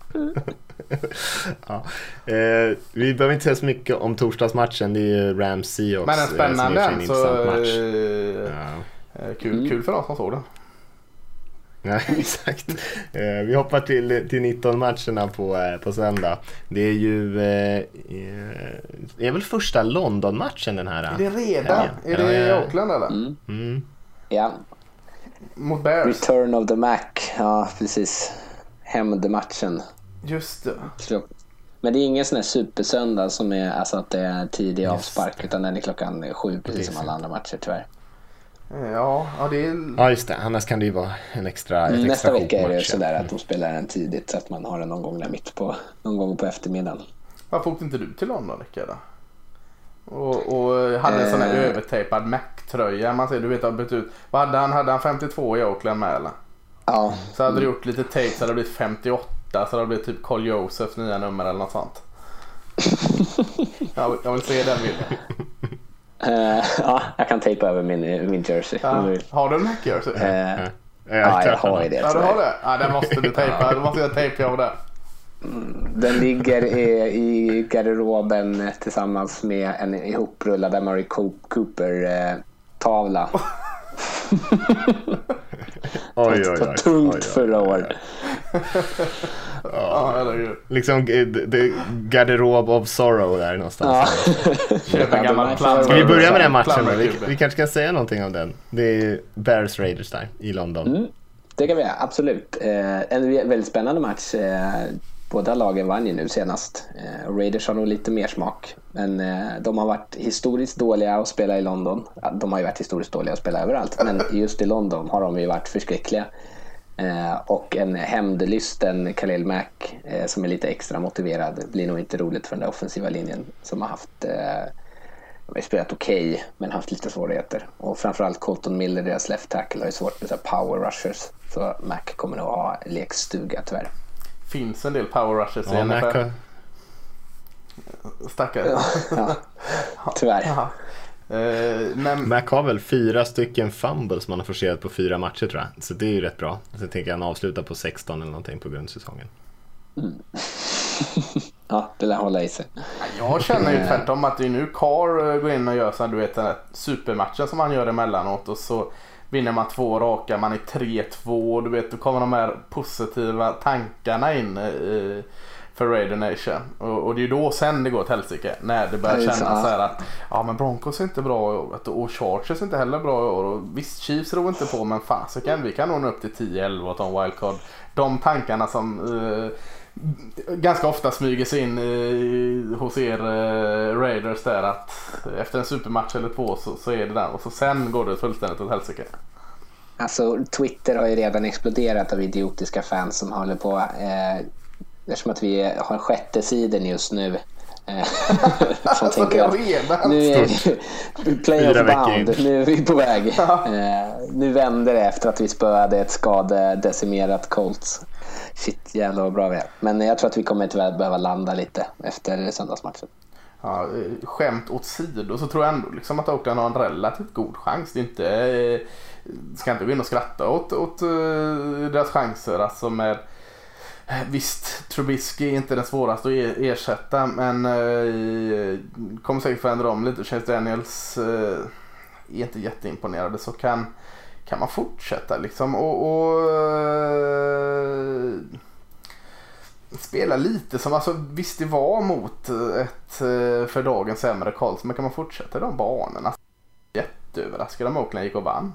Ja. Eh, vi behöver inte säga så mycket om torsdagsmatchen. Det är ju Rams Seahawks. Men en spännande eh, en, som så är en intressant match. äh, Ja. äh, kul, kul för oss som såg den. Ja, exakt. Eh, vi hoppar till, till nitton-matcherna på, eh, på söndag. Det är ju eh, eh, det är väl första London-matchen den här. Är det redan? helgen. Är det Ja, i ja. Auckland eller? Mm. Mm. Ja, Mot Bears? Return of the Mac. Ja, precis. Hämndmatchen. Just det. Så- Men det är ingen sån här supersöndag som är alltså att det är tidig avspark, utan den är klockan sju precis som alla andra matcher tyvärr. Ja, ja det är... Ja, just det. Annars kan det ju vara en extra, ett Mm, Nästa extra vecka är det match, ja. sådär att de spelar den tidigt så att man har den någon gång där mitt på, någon gång på eftermiddagen. Varför åkte inte du till London, Rickard? då? Och, och hade en sån här Eh. övertejpad Mac-tröja. Man ser, du vet, har bytt ut. Vad hade han? Hade han femtiotvå i Auckland med eller? Ja, Så hade du gjort lite tape så hade det blivit femtioåtta. Så hade det blivit typ Carl Josephs nya nummer eller något sånt. jag, vill, jag vill se den bilden. Eh, ja jag kan tejpa över min, min jersey. Ja. Har du en Mac-jersey? Eh, Ja, ja, jag har ju det. Ja, du tror har jag. det? Ja, den måste du tejpa. Då måste jag tejpa av det. Den ligger i, i garderoben tillsammans med en ihoprullad Amari Cooper-tavla. Oj, oj, Så oj. tungt Oj, oj. förra året. Ja, herregud. Liksom eh, the garderob of sorrow där någonstans. Ja. Köp en gammal plan. Ska vi börja med den matchen då? Vi, Plumber-kubbe. vi kanske kan säga någonting om den. Det är ju Bears Raiders där i London. Mm, det kan vi göra, absolut. Eh, en väldigt spännande match. Eh, båda lagen vann ju nu senast. Eh, Raiders har nog lite mer smak. Men eh, de har varit historiskt dåliga att spela i London. Ja, de har ju varit historiskt dåliga att spela överallt. Men just i London har de ju varit förskräckliga. Eh, och en hämndlysten Khalil Mack eh, som är lite extra motiverad blir nog inte roligt för den där offensiva linjen som har haft eh, de har spelat okej okay, men haft lite svårigheter. Och framförallt Colton Miller, deras left tackle, har ju svårt med så här power rushers. Så Mac kommer nog ha lekstuga tyvärr. Finns en del power rushers i Ja, N F Mac L. har- Stackare. Ja, tyvärr. Jaha. Eh, men Mac har väl fyra stycken fumbles som han har forcerat på fyra matcher tror jag. Så det är ju rätt bra. Så jag tänker han avsluta på sexton eller någonting på grundsäsongen. Ja, det lär hålla i sig. jag känner ju tvärtom att det är nu Carr går in och gör så här, du vet, den här supermatchen som han gör emellanåt och så vinner man två raka, man är tre två, du vet, då kommer de här positiva tankarna in. Eh, för Raider Nation. Och, och det är ju då sen det går åt helsike. När det börjar kännas så här att ja, men Broncos är inte bra i år. Och Chargers är inte heller bra i år. Och visst, Chiefs rår inte på, men fasiken, vi kan nå upp till tio elva och ta en wildcard. De tankarna som eh, ganska ofta smyger sig in eh, hos er eh, Raiders där, att efter en supermatch eller två så, så är det där. Och så sen går det fullständigt åt helsike. Alltså Twitter har ju redan exploderat av idiotiska fans som håller på eh, eftersom att vi har sjätte sidan just nu eh, som alltså, tänker att nu är vi playoff bound, nu är vi på väg eh, nu vänder det efter att vi spöade ett skadedecimerat Colts. Shit, jävla vad bra vi är. Men jag tror att vi kommer tyvärr behöva landa lite efter söndagsmatchen. Ja, skämt åt sidor så tror jag ändå liksom att Oakland har en relativt god chans. Det är inte, ska inte gå in och skratta åt, åt deras chanser. Alltså med, visst, Trubisky är inte den svåraste att ersätta, men eh, kommer säkert förändra om lite. Chase Daniels eh, är inte jätteimponerade, så kan, kan man fortsätta liksom och, och eh, spela lite som, alltså visst det var mot ett för dagen sämre Colts, men kan man fortsätta de banorna? Jätteöverraskade om Oakland gick och vann.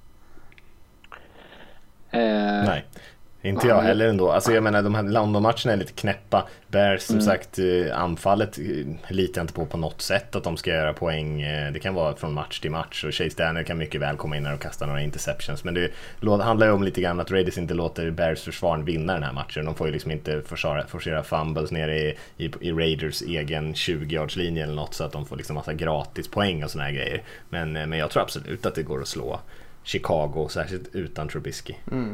Eh, Nej, inte jag heller ändå. Alltså jag menar, de här London-matcherna är lite knäppa. Bears, som mm. sagt, anfallet litar inte på på något sätt att de ska göra poäng. Det kan vara från match till match, och Chase Daniel kan mycket väl komma in och kasta några interceptions. Men det handlar ju om lite grann att Raiders inte låter Bears försvar vinna den här matchen. De får ju liksom inte forcera, forcera fumbles nere i, i, i Raiders egen tjugo-yardslinje eller något, så att de får liksom massa gratis poäng och såna här grejer. Men, men jag tror absolut att det går att slå Chicago, särskilt utan Trubisky. Mm.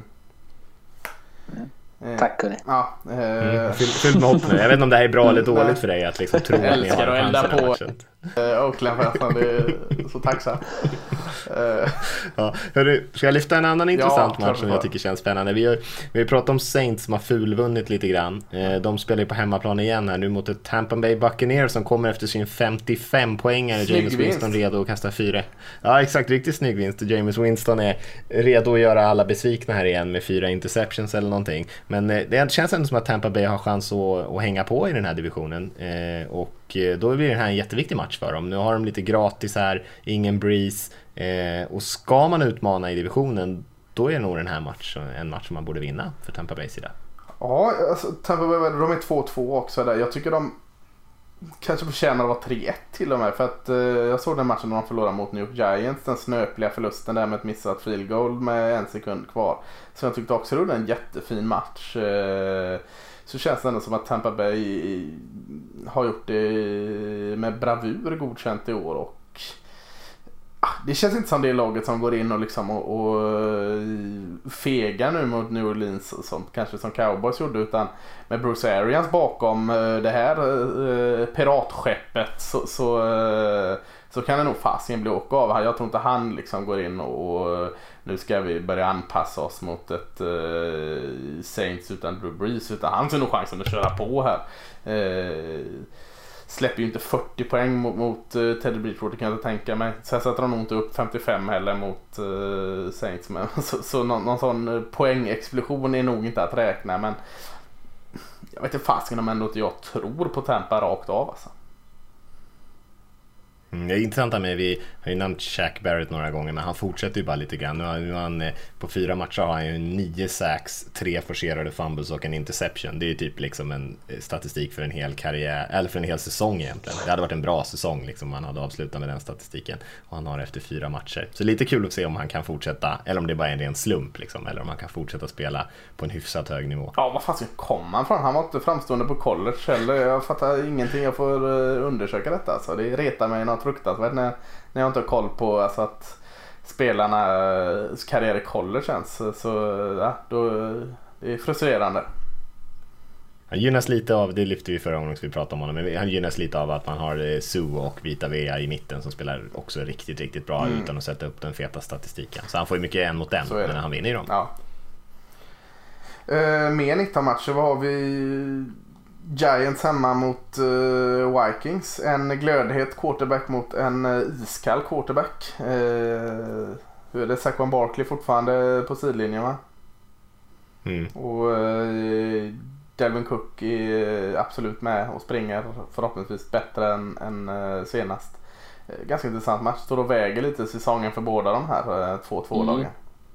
Eh, Tack hörni. Ja, eh, mm, Fyllt med hopp nu. Jag vet inte om det här är bra eller dåligt för dig att liksom tro att ni har chansen i den här matchen. Uh, Oakland för det är så tacksam. Uh. Ja, hörru, ska jag lyfta en annan intressant ja, match som jag tycker känns spännande. Vi har, vi har pratat om Saints som har fulvunnit lite grann. Uh, de spelar ju på hemmaplan igen här nu mot ett Tampa Bay Buccaneers som kommer efter sin femtiofem poängare. James Winston redo att kasta fyra. Ja, exakt, riktigt snygg vinst. James Winston är redo att göra alla besvikna här igen med fyra interceptions eller någonting. Men uh, det känns ändå som att Tampa Bay har chans att, att hänga på i den här divisionen. Uh, och då blir det här en jätteviktig match för dem. Nu har de lite gratis här, ingen breeze, eh, och ska man utmana i divisionen, då är nog den här matchen en match som man borde vinna för Tampa Bay sida. Ja, alltså, Tampa Bay, de är två två också där. Jag tycker de kanske förtjänar att vara tre ett till och med, för att eh, jag såg den matchen när de förlorade mot New York Giants, den snöpliga förlusten där med ett missat field goal med en sekund kvar. Så jag tyckte också det var en jättefin match. Eh, så känns det ändå som att Tampa Bay har gjort det med bravur godkänt i år, och ah, det känns inte som det laget som går in och liksom och, och fegar nu mot New Orleans som kanske som Cowboys gjorde, utan med Bruce Arians bakom det här eh, piratskeppet så, så, eh, så kan det nog fasiken bli åka av. Jag tror inte han liksom går in och, och nu ska vi börja anpassa oss mot ett eh, Saints utan Drew Brees, utan han har nog chansen att köra på här. Eh, släpper ju inte fyrtio poäng mot, mot uh, Teddy Bridgewater, kan jag tänka mig. Sen sätter de nog inte upp femtiofem heller mot uh, Saints, men så, så någon, någon sån poängexplosion är nog inte att räkna, men jag vet inte fasken om ändå inte jag tror på Tampa rakt av alltså. Mm, det är intressant att med, vi har ju nämnt Shaq Barrett några gånger, men han fortsätter ju bara lite grann. Nu har, nu har han, på fyra matcher har han ju nio sacks, tre forcerade fumbles och en interception. Det är ju typ liksom en statistik för en hel karriär, eller för en hel säsong egentligen. Det hade varit en bra säsong liksom, han hade avslutat med den statistiken, och han har efter fyra matcher. Så lite kul att se om han kan fortsätta, eller om det bara är en ren slump liksom, eller om han kan fortsätta spela på en hyfsat hög nivå. Ja, vad fan kom han från? Han var inte framstående på college heller. Jag fattar ingenting, jag får undersöka detta alltså. Det retar mig något fruktansvärt när, när jag inte har koll på alltså, att spelarnas karriär i college känns. Så ja, då, det är frustrerande. Han gynnas lite av, det lyfte vi förra gången vi pratade om honom, men han gynnas lite av att man har Sue och Vita Vea i mitten som spelar också riktigt, riktigt bra mm. utan att sätta upp den feta statistiken. Så han får ju mycket en mot en när han vinner i dem. Ja. Uh, med nitton matcher, vad har vi? Giants hemma mot uh, Vikings. En glödhet quarterback mot en uh, iskall quarterback. Uh, hur är det? Saquon Barkley fortfarande på sidlinjen, va? Mm. Och uh, Dalvin Cook är absolut med och springer förhoppningsvis bättre än, än uh, senast. Uh, ganska intressant match. Står och väger lite säsongen för båda de här uh, två två lagen. Mm.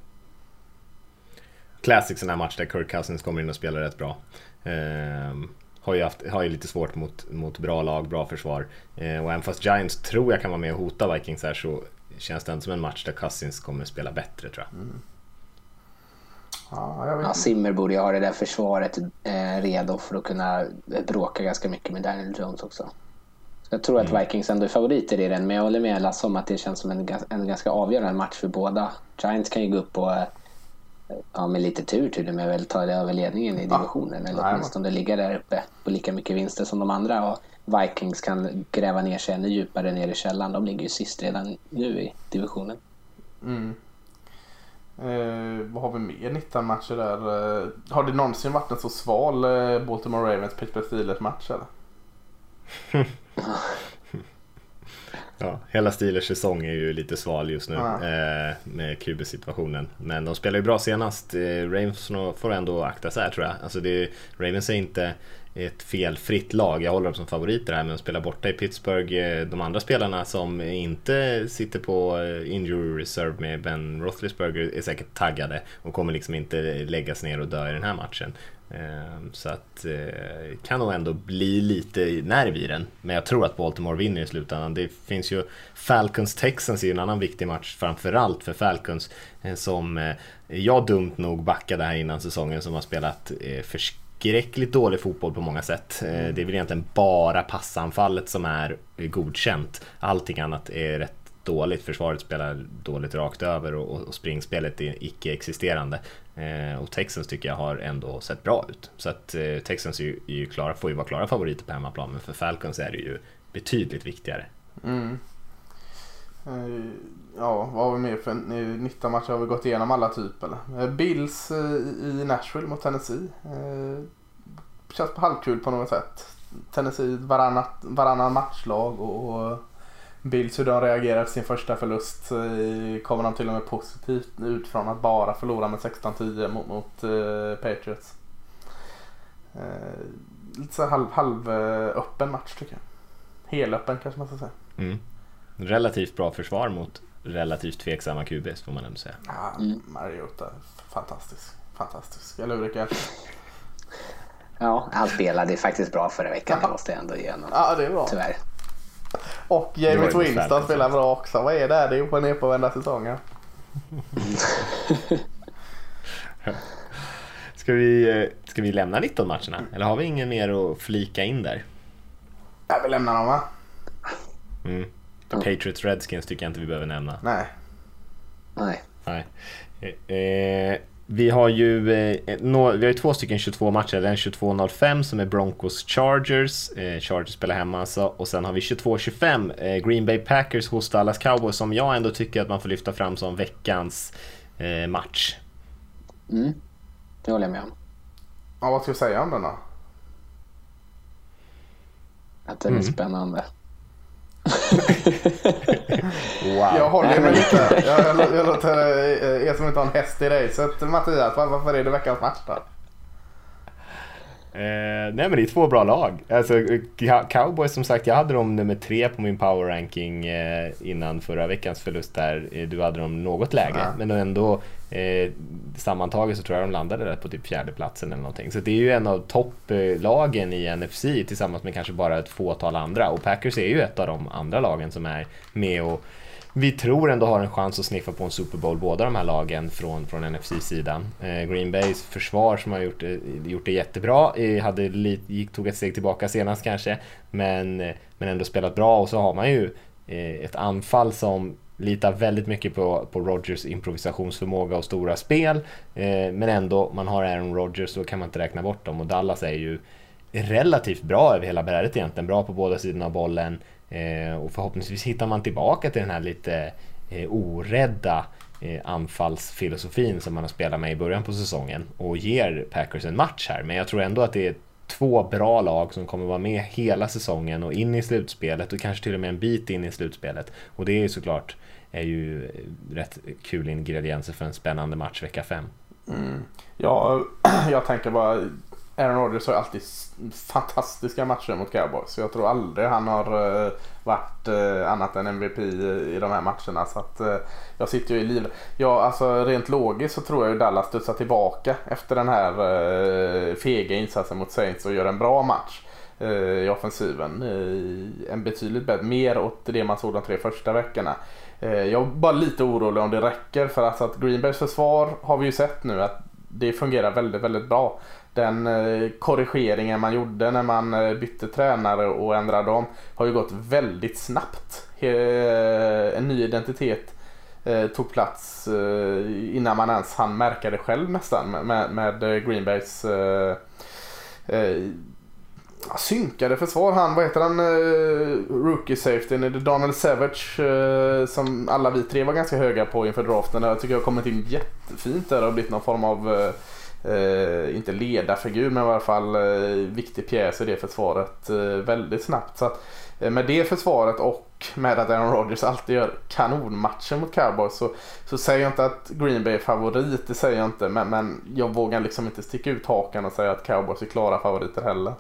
Classic sån här match där Kirk Cousins kommer in och spelar rätt bra. Uh, har, ju haft, har ju lite svårt mot, mot bra lag, bra försvar. Uh, och även fast Giants tror jag kan vara med och hota Vikings här, så känns det inte som en match där Cousins kommer spela bättre, tror jag. Mm. Ja, jag vet ja, Zimmer borde ju ha det där försvaret eh, redo för att kunna bråka ganska mycket med Daniel Jones också. Så jag tror mm. att Vikings ändå är favoriter i den, men jag håller med Lasse om att det känns som en, en ganska avgörande match för båda. Giants kan ju gå upp och ja, med lite tur till det med väl ta det över ledningen i divisionen, ja. Eller åtminstone ligga där uppe på lika mycket vinster som de andra, och Vikings kan gräva ner sig ännu djupare ner i källan. De ligger ju sist redan nu i divisionen. Mm. Eh, vad har vi mer? nitton matcher där. Eh, har det någonsin varit en så sval eh, Baltimore Ravens Pittsburgh Steelers match eller? Ja, hela Steelers säsong är ju lite sval just nu ah. eh, med Q B-situationen. Men de spelar ju bra senast. Eh, Ravens får ändå akta sig här, tror jag. Alltså det, Ravens är inte ett felfritt lag. Jag håller dem som favoriter här, men de spelar borta i Pittsburgh. De andra spelarna som inte sitter på injury reserve med Ben Roethlisberger är säkert taggade och kommer liksom inte läggas ner och dö i den här matchen. Så att eh, kan nog ändå bli lite nerv i den. Men jag tror att Baltimore vinner i slutändan. Det finns ju Falcons Texans i en annan viktig match, framförallt för Falcons, eh, som eh, jag dumt nog backade här innan säsongen, som har spelat eh, förskräckligt dålig fotboll på många sätt. eh, Det är väl egentligen bara passanfallet som är eh, godkänt. Allting annat är rätt dåligt. Försvaret spelar dåligt rakt över och, och springspelet är icke-existerande. Eh, och Texans tycker jag har ändå sett bra ut. Så att eh, Texans är ju, är ju klara, får ju vara klara favoriter på hemmaplan, men för Falcons är det ju betydligt viktigare. Mm. Eh, ja, vad har vi mer för nitton matcher? Har vi gått igenom alla typer? Eh, Bills eh, i Nashville mot Tennessee. Eh, känns på halvkul på något sätt. Tennessee varannan, varannan matchlag och, och Bills, hur de reagerar på sin första förlust, kommer de till och med positivt ut från att bara förlora med sexton tio mot, mot uh, Patriots. Uh, lite så halv, halv uh, öppen match tycker jag. Helöppen kanske man ska säga. Mm. Relativt bra försvar mot relativt tveksamma Q Bs får man ändå säga. Ja, mm. Mariota, fantastisk. Fantastisk, eller hur Rickard? Ja, han spelade faktiskt bra förra veckan, det måste jag ändå ge honom. Ja, det är bra. Tyvärr. Och James Winston spelar bra också. Vad är det? Det är upp och ner på varenda säsongen. Ska vi, ska vi lämna nitton matcherna? Eller har vi ingen mer att flika in där? Ja, vi lämnar dem, va? Mm. För Patriots Redskins tycker jag inte vi behöver nämna. Nej. Nej. Nej. Eh, vi har ju eh, no, vi har ju två stycken tjugotvå matcher. Den tjugotvå noll fem som är Broncos Chargers. eh, Chargers spelar hemma alltså. Och sen har vi tjugotvå tjugofem eh, Green Bay Packers hos Dallas Cowboys, som jag ändå tycker att man får lyfta fram som veckans eh, match. Mm, det håller jag med om. Ja, vad ska jag säga om den då? Att den är mm. spännande. Wow. Jag håller mig lite. Jag, jag, jag låter er som inte har en häst i racet. Mattias, varför är det veckans match då? Eh, nej men det är två bra lag. Alltså, Cowboys som sagt, jag hade dem nummer tre på min power ranking eh, innan förra veckans förlust där. Du hade dem något lägre, ja. Men ändå eh, sammantaget så tror jag de landade där på typ fjärde platsen eller någonting. Så det är ju en av topplagen i N F C tillsammans med kanske bara ett fåtal andra. Och Packers är ju ett av de andra lagen som är med och vi tror ändå har en chans att sniffa på en Super Bowl, båda de här lagen från, från N F C-sidan. Eh, Green Bays försvar som har gjort, gjort det jättebra, eh, hade gick, tog ett steg tillbaka senast kanske, men, men ändå spelat bra. Och så har man ju eh, ett anfall som litar väldigt mycket på, på Rodgers improvisationsförmåga och stora spel, eh, men ändå, man har Aaron Rodgers, så kan man inte räkna bort dem. Och Dallas är ju relativt bra över hela brädet egentligen, bra på båda sidorna av bollen. Eh, och förhoppningsvis hittar man tillbaka till den här lite eh, orädda eh, anfallsfilosofin som man har spelat med i början på säsongen och ger Packers en match här. Men jag tror ändå att det är två bra lag som kommer vara med hela säsongen och in i slutspelet och kanske till och med en bit in i slutspelet. Och det är ju såklart är ju rätt kul ingredienser för en spännande match vecka fem. Mm. Ja, jag tänker bara Aaron Rodgers har alltid fantastiska matcher mot Cowboys. Så jag tror aldrig han har uh, varit uh, annat än M V P i, i de här matcherna. Så att uh, jag sitter ju i liv. Ja, alltså rent logiskt så tror jag ju Dallas studsar tillbaka efter den här uh, fega insatsen mot Saints och gör en bra match uh, i offensiven. Uh, en betydligt bättre, mer åt det man såg de tre första veckorna. Uh, jag är bara lite orolig om det räcker, för alltså att Green Bays försvar har vi ju sett nu att det fungerar väldigt, väldigt bra. Den eh, korrigeringen man gjorde när man eh, bytte tränare och ändrade dem har ju gått väldigt snabbt. He- en ny identitet eh, tog plats eh, innan man ens hann märka det själv nästan med, med Green Bays eh, eh, synkade försvar. Han, vad heter han, eh, rookie safety, är det Donald Savage eh, som alla vi tre var ganska höga på inför draften. Jag tycker jag har kommit in jättefint där och blivit någon form av eh, Uh, inte ledarfigur, men i alla fall uh, viktig pjäs i det försvaret uh, väldigt snabbt. Så att, uh, med det försvaret och med att Aaron Rodgers alltid gör kanonmatcher mot Cowboys, så, så säger jag inte att Green Bay är favorit, det säger jag inte, men, men jag vågar liksom inte sticka ut hakan och säga att Cowboys är klara favoriter heller.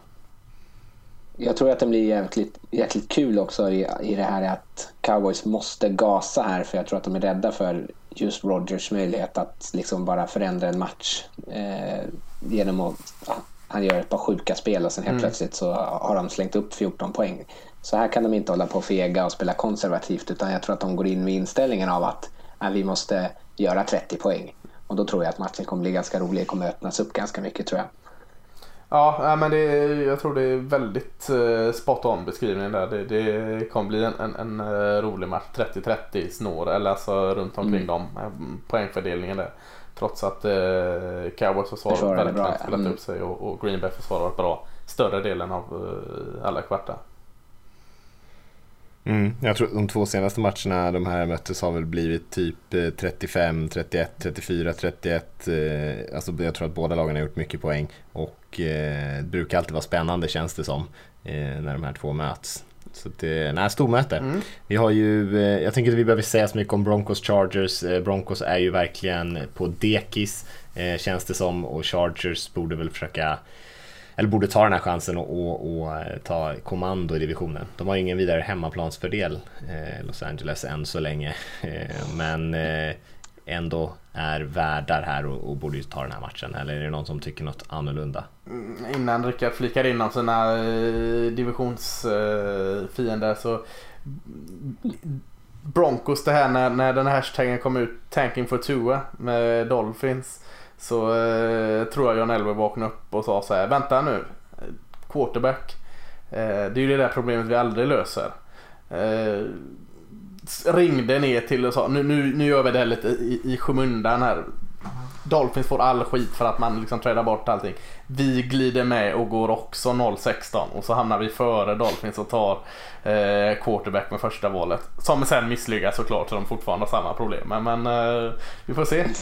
Jag tror att det blir jäkligt, jäkligt kul också i, i det här att Cowboys måste gasa här, för jag tror att de är rädda för just Rodgers möjlighet att liksom bara förändra en match eh, genom att ja, han gör ett par sjuka spel och sen helt mm. plötsligt så har de slängt upp fjorton poäng. Så här kan de inte hålla på och fega och spela konservativt, utan jag tror att de går in med inställningen av att nej, vi måste göra trettio poäng. Och då tror jag att matchen kommer bli ganska rolig, kommer öppnas upp ganska mycket, tror jag. Ja, men det, jag tror det är väldigt uh, spot on beskrivningen där. Det, det kommer bli en, en, en uh, rolig match, trettio trettio snår, eller alltså runt omkring mm. dem, poängfördelningen där. Trots att uh, Cowboys försvar har väldigt bra spelat mm. upp sig och, och Green Bay försvar har varit bra större delen av uh, alla kvartar. Mm, jag tror de två senaste matcherna de här möttes har väl blivit typ trettiofem, trettioett, trettiofyra, trettioett. Eh, alltså jag tror att båda lagen har gjort mycket poäng och eh, det brukar alltid vara spännande, känns det som, eh, när de här två möts. Så det är en stormöte. Mm. Vi har ju, eh, jag tänker att vi behöver säga så mycket om Broncos Chargers. Eh, Broncos är ju verkligen på dekis, eh, känns det som, och Chargers borde väl försöka, eller borde ta den här chansen och, och, och ta kommando i divisionen. De har ingen vidare hemmaplansfördel, eh, Los Angeles, än så länge. Eh, men eh, ändå är värdar här och, och borde ju ta den här matchen. Eller är det någon som tycker något annorlunda? Mm, innan Rickard flikar in om sina eh, divisionsfiender eh, så Broncos, det här när, när den här hashtaggen kom ut, Tanking for Tua med Dolphins, så eh, tror jag John Elway vaknade upp och sa så här: vänta nu, quarterback, eh, det är ju det där problemet vi aldrig löser. Eh, ringde ner till och sa nu, nu, nu gör vi det lite i, i skymundan här. Dolphins får all skit för att man liksom trädar bort allting. Vi glider med och går också noll sexton och så hamnar vi före Dolphins och tar eh, quarterback med första valet, som sen misslyckas såklart, så de fortfarande har samma problem. Men, men eh, vi får se.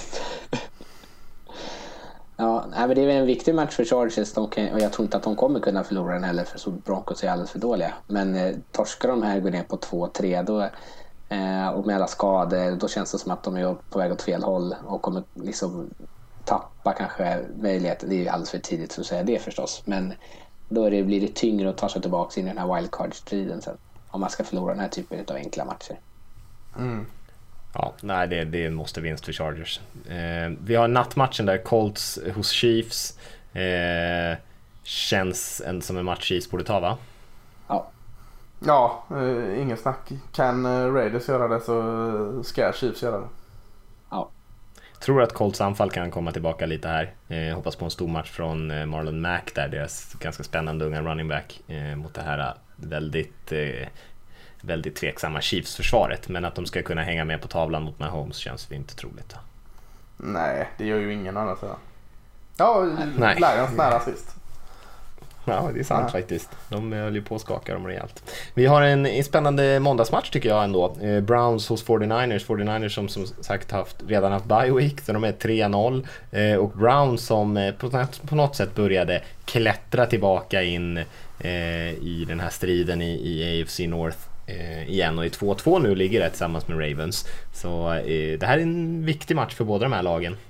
Ja, men det är en viktig match för Chargers, de kan, och jag tror inte att de kommer kunna förlora den heller, för så Broncos är alldeles för dåliga. Men eh, torskar de här, går ner på två tre, då, eh, och med alla skador, då känns det som att de är på väg åt fel håll och kommer liksom tappa kanske möjligheten. Det är ju alldeles för tidigt för att säga det förstås, men då är det, blir det tyngre att ta sig tillbaka in i den här wildcard-striden sen, om man ska förlora den här typen av enkla matcher. Mm. Ja, nej, det, det måste vinst för Chargers. Eh, vi har nattmatchen där, Colts hos Chiefs. Eh, känns en, som en match Chiefs borde ta, va? Ja. Ja, eh, ingen snack. Kan eh, Raiders göra det, så ska Chiefs göra det. Ja. Tror att Colts anfall kan komma tillbaka lite här. Eh, hoppas på en stor match från eh, Marlon Mack där, deras ganska spännande unga running back, eh, mot det här väldigt... Eh, väldigt tveksamma Chiefs-försvaret, men att de ska kunna hänga med på tavlan mot Mahomes känns det inte troligt. Nej, det gör ju ingen annan sidan. Ja, Nej. Lions nära sist. Ja, det är sant. Nej. Faktiskt. De höll ju på att skaka dem rejält. Vi har en, en spännande måndagsmatch tycker jag ändå. Eh, Browns hos fyrtionioers. fyrtionioers som som sagt haft, redan haft bye week, så de är tre noll. Eh, och Browns som eh, på, på något sätt började klättra tillbaka in eh, i den här striden i, i A F C North eh, igen, och i två två nu ligger det tillsammans med Ravens. Så eh, det här är en viktig match för båda de här lagen.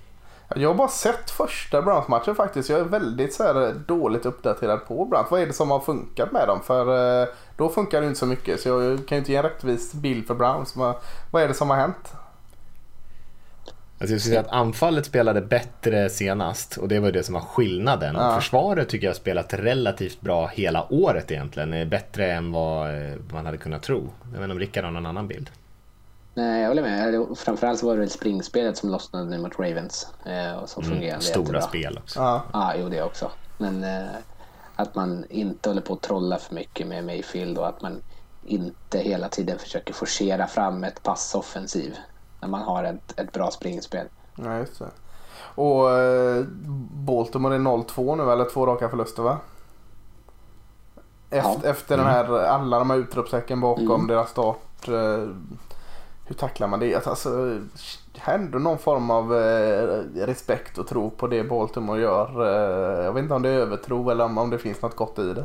Jag har bara sett första Browns-matchen faktiskt. Jag är väldigt så här dåligt uppdaterad på Browns. Vad är det som har funkat med dem? För då funkar det inte så mycket. Så jag kan ju inte ge en rättvis bild för Browns. Men vad är det som har hänt? Alltså jag skulle säga att anfallet spelade bättre senast, och det var det som var skillnaden. Ja. Försvaret tycker jag har spelat relativt bra hela året egentligen. Bättre än vad man hade kunnat tro. Jag vet inte om Rickard har någon annan bild. Nej, jag håller med. Framförallt var det väl springspelet som lossnade nu mot Ravens. Eh, och som fungerade mm, stora jättebra. Spel också. Ja, ah, jo det också. Men eh, att man inte håller på att trolla för mycket med Mayfield och att man inte hela tiden försöker forcera fram ett passoffensiv när man har ett, ett bra springspel. Ja, just det. Och eh, Baltimore är noll två nu, eller två raka förluster va? Efter, ja. efter mm. den här, alla de här utropstecken bakom mm. deras start. Eh, hur tacklar man det? Alltså, händer någon form av eh, respekt och tro på det Baltimore gör? Eh, jag vet inte om det är övertro eller om, om det finns något gott i det.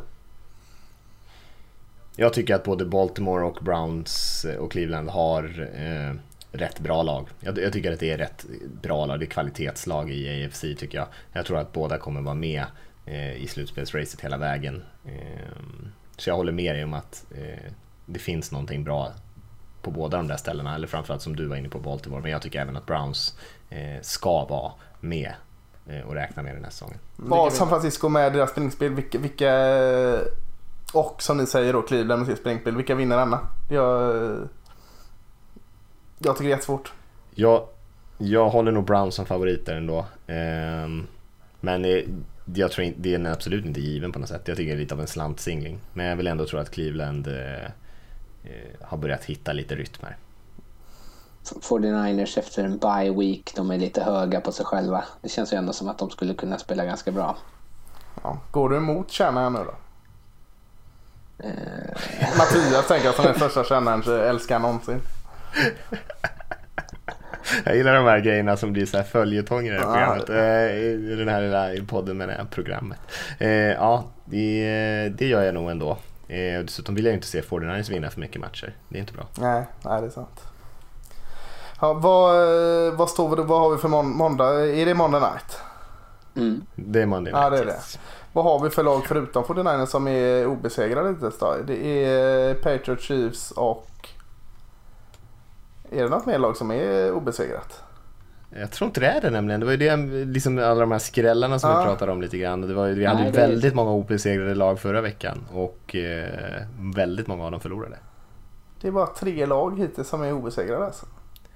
Jag tycker att både Baltimore och Browns och Cleveland har eh, rätt bra lag. Jag, jag tycker att det är rätt bra lag. Det är kvalitetslag i A F C tycker jag. Jag tror att båda kommer vara med eh, i slutspelsracet hela vägen. Eh, så jag håller med dig om att eh, det finns någonting bra på båda de där ställena, eller framförallt som du var inne på Baltimore, men jag tycker även att Browns eh, ska vara med eh, och räkna med den här säsongen. Var San Francisco med deras springspel, vilka, vilka och som ni säger då Cleveland med sitt springspel, vilka vinner denna? Jag, jag tycker det är jättesvårt. Jag, jag håller nog Browns som favoriter ändå, eh, men eh, jag tror inte, det är absolut inte given på något sätt. Jag tycker det är lite av en slantsingling, men jag vill ändå tro att Cleveland eh, har börjat hitta lite rytmer. fyrtionioers efter en bye week, de är lite höga på sig själva. Det känns ju ändå som att de skulle kunna spela ganska bra. Ja. Går du emot kärnan nu då? Eh... Mattias tänker jag som den första kärnan älskar någonsin. Jag gillar de här grejerna som blir så här följetong i det här programmet. Eh, I den här lilla podden med det här programmet. Eh, ja, det, det gör jag nog ändå. Eh, dessutom vill jag inte se fyrtionioers vinna för mycket matcher. Det är inte bra. Nej, nej det är sant. Ja, vad, vad, står vi, vad har vi för mån- måndag? Är det Monday Night? Mm. Det är Monday Night. Ja, det är det. Vad har vi för lag förutom fyrtionioers som är obesegrade lite då? Det är Patriots, Chiefs och... Är det något mer lag som är obesegrat? Jag tror inte det är det nämligen. Det var ju det, liksom alla de här skrällarna som ja. vi pratade om lite grann. Det var, vi hade Nej, väldigt är... många obesegrade lag förra veckan och eh, väldigt många av dem förlorade. Det är bara tre lag hittills som är obesegrade alltså.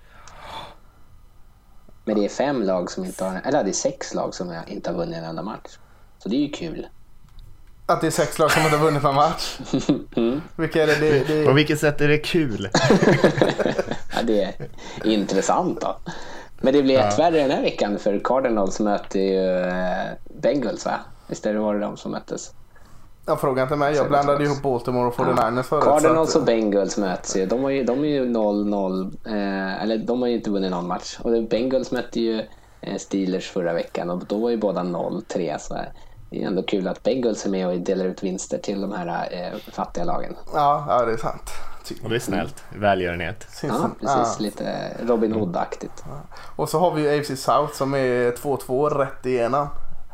Men det är fem lag som inte har, eller det är sex lag som inte har vunnit en enda match. Så det är ju kul. Att det är sex lag som inte har vunnit en match? Mm. Vilka är det? det, det... På vilket sätt är det kul? Ja, det är intressant då. Men det blir ett ja. värre den här veckan, för Cardinals möter ju Bengals va? Visst är det var det de som möttes? Jag frågar inte mig, jag blandade ihop Baltimore och fyrtionioers förut. Cardinals och Bengals möts ju. De, har ju, de är ju noll noll, eh, eller de har ju inte vunnit någon match. Och Bengals mötte ju Steelers förra veckan och då var ju båda noll tre. Så det är ändå kul att Bengals är med och delar ut vinster till de här eh, fattiga lagen. Ja, ja, det är sant. Och det är snällt, välgörenhet. Ja, precis, ja. Lite Robin Hood-aktigt. Ja. Och så har vi ju A F C South som är två två rätt igenom.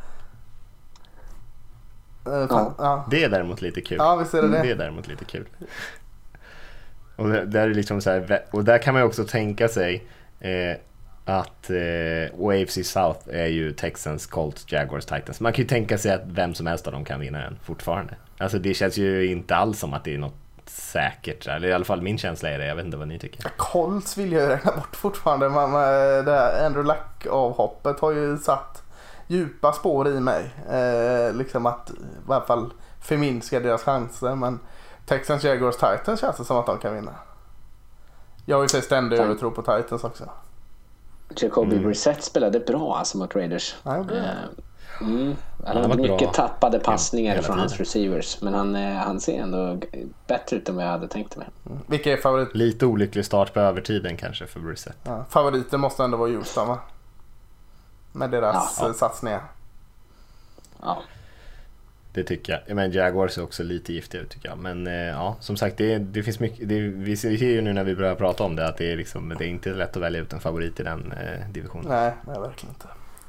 Ja. Ja. Det är däremot lite kul. Ja, visst är det det. Det är däremot lite kul. Och där är liksom så här, och där kan man ju också tänka sig eh, att eh, och A F C South är ju Texans, Colts, Jaguars, Titans. Man kan ju tänka sig att vem som helst av dem kan vinna den fortfarande. Alltså det känns ju inte alls som att det är något säkert, eller i alla fall min känsla är det. Jag vet inte vad ni tycker. Colts vill jag räkna bort fortfarande. Man, det här Andrew Luck-avhoppet har ju satt djupa spår i mig. Eh, liksom att i alla fall förminska deras chanser. Men Texans, Jaguars, Titans känns det som att de kan vinna. Jag har ju sett ständig övertro på Titans också. Jacoby mm. Brissett spelade bra alltså mot Raiders. Ja, det är Mm. Han hade mycket bra. tappade passningar från hans receivers. Men han, han ser ändå bättre ut än vad jag hade tänkt mig. Mm. Vilka är favorit? Lite olycklig start på övertiden kanske för Brissett. Ja, favoriten måste ändå vara Houston va? Med deras ja. satsningar. Ja. Det tycker jag. Men Jaguars är också lite giftiga tycker jag. Men eh, ja, som sagt det, det finns mycket det, vi ser ju nu när vi börjar prata om det att det är, liksom, det är inte lätt att välja ut en favorit i den eh, divisionen. Nej, nej, verkligen inte.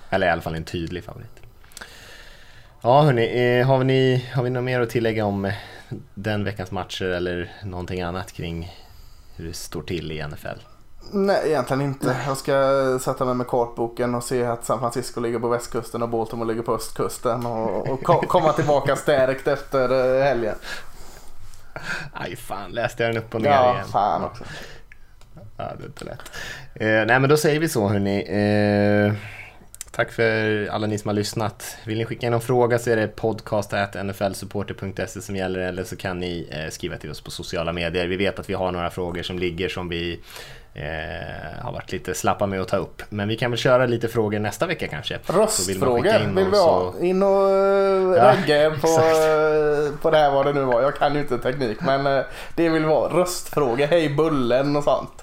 Eller i alla fall en tydlig favorit. Ja hörni, eh, har, ni, har vi något mer att tillägga om den veckans matcher eller någonting annat kring hur det står till i N F L? Nej, egentligen inte. Jag ska sätta mig med kartboken och se att San Francisco ligger på västkusten och Baltimore ligger på östkusten och, och ko- komma tillbaka stärkt efter helgen. Aj fan, läste jag den upp och ner ja, igen. Ja, fan också. Ja, det är inte lätt. Eh, nej men då säger vi så hörni. Eh, tack för alla ni som har lyssnat. Vill ni skicka in någon fråga så är det podcast at n f l supporter punkt s e som gäller, eller så kan ni eh, skriva till oss på sociala medier. Vi vet att vi har några frågor som ligger som vi eh, har varit lite slappa med att ta upp. Men vi kan väl köra lite frågor nästa vecka kanske. Röstfrågor vill, vill vi ha. Och... In och uh, ja, regga på, uh, på det här vad det nu var. Jag kan ju inte teknik, men uh, det vill vara röstfrågor. Hej bullen och sånt.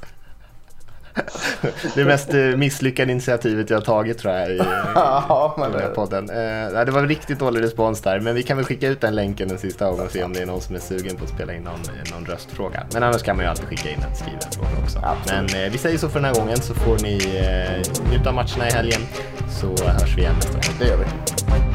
Det mest misslyckade initiativet jag har tagit tror jag i, i, ja, i den här podden. Eh, det var riktigt dålig respons där, men vi kan väl skicka ut den länken den sista gången och se om det är någon som är sugen på att spela in någon, någon röstfråga. Men annars kan man ju alltid skicka in en skriven fråga också. Absolut. Men eh, vi säger så för den här gången, så får ni eh, njuta av matcherna i helgen, så hörs vi igen nästa gång. Det gör vi.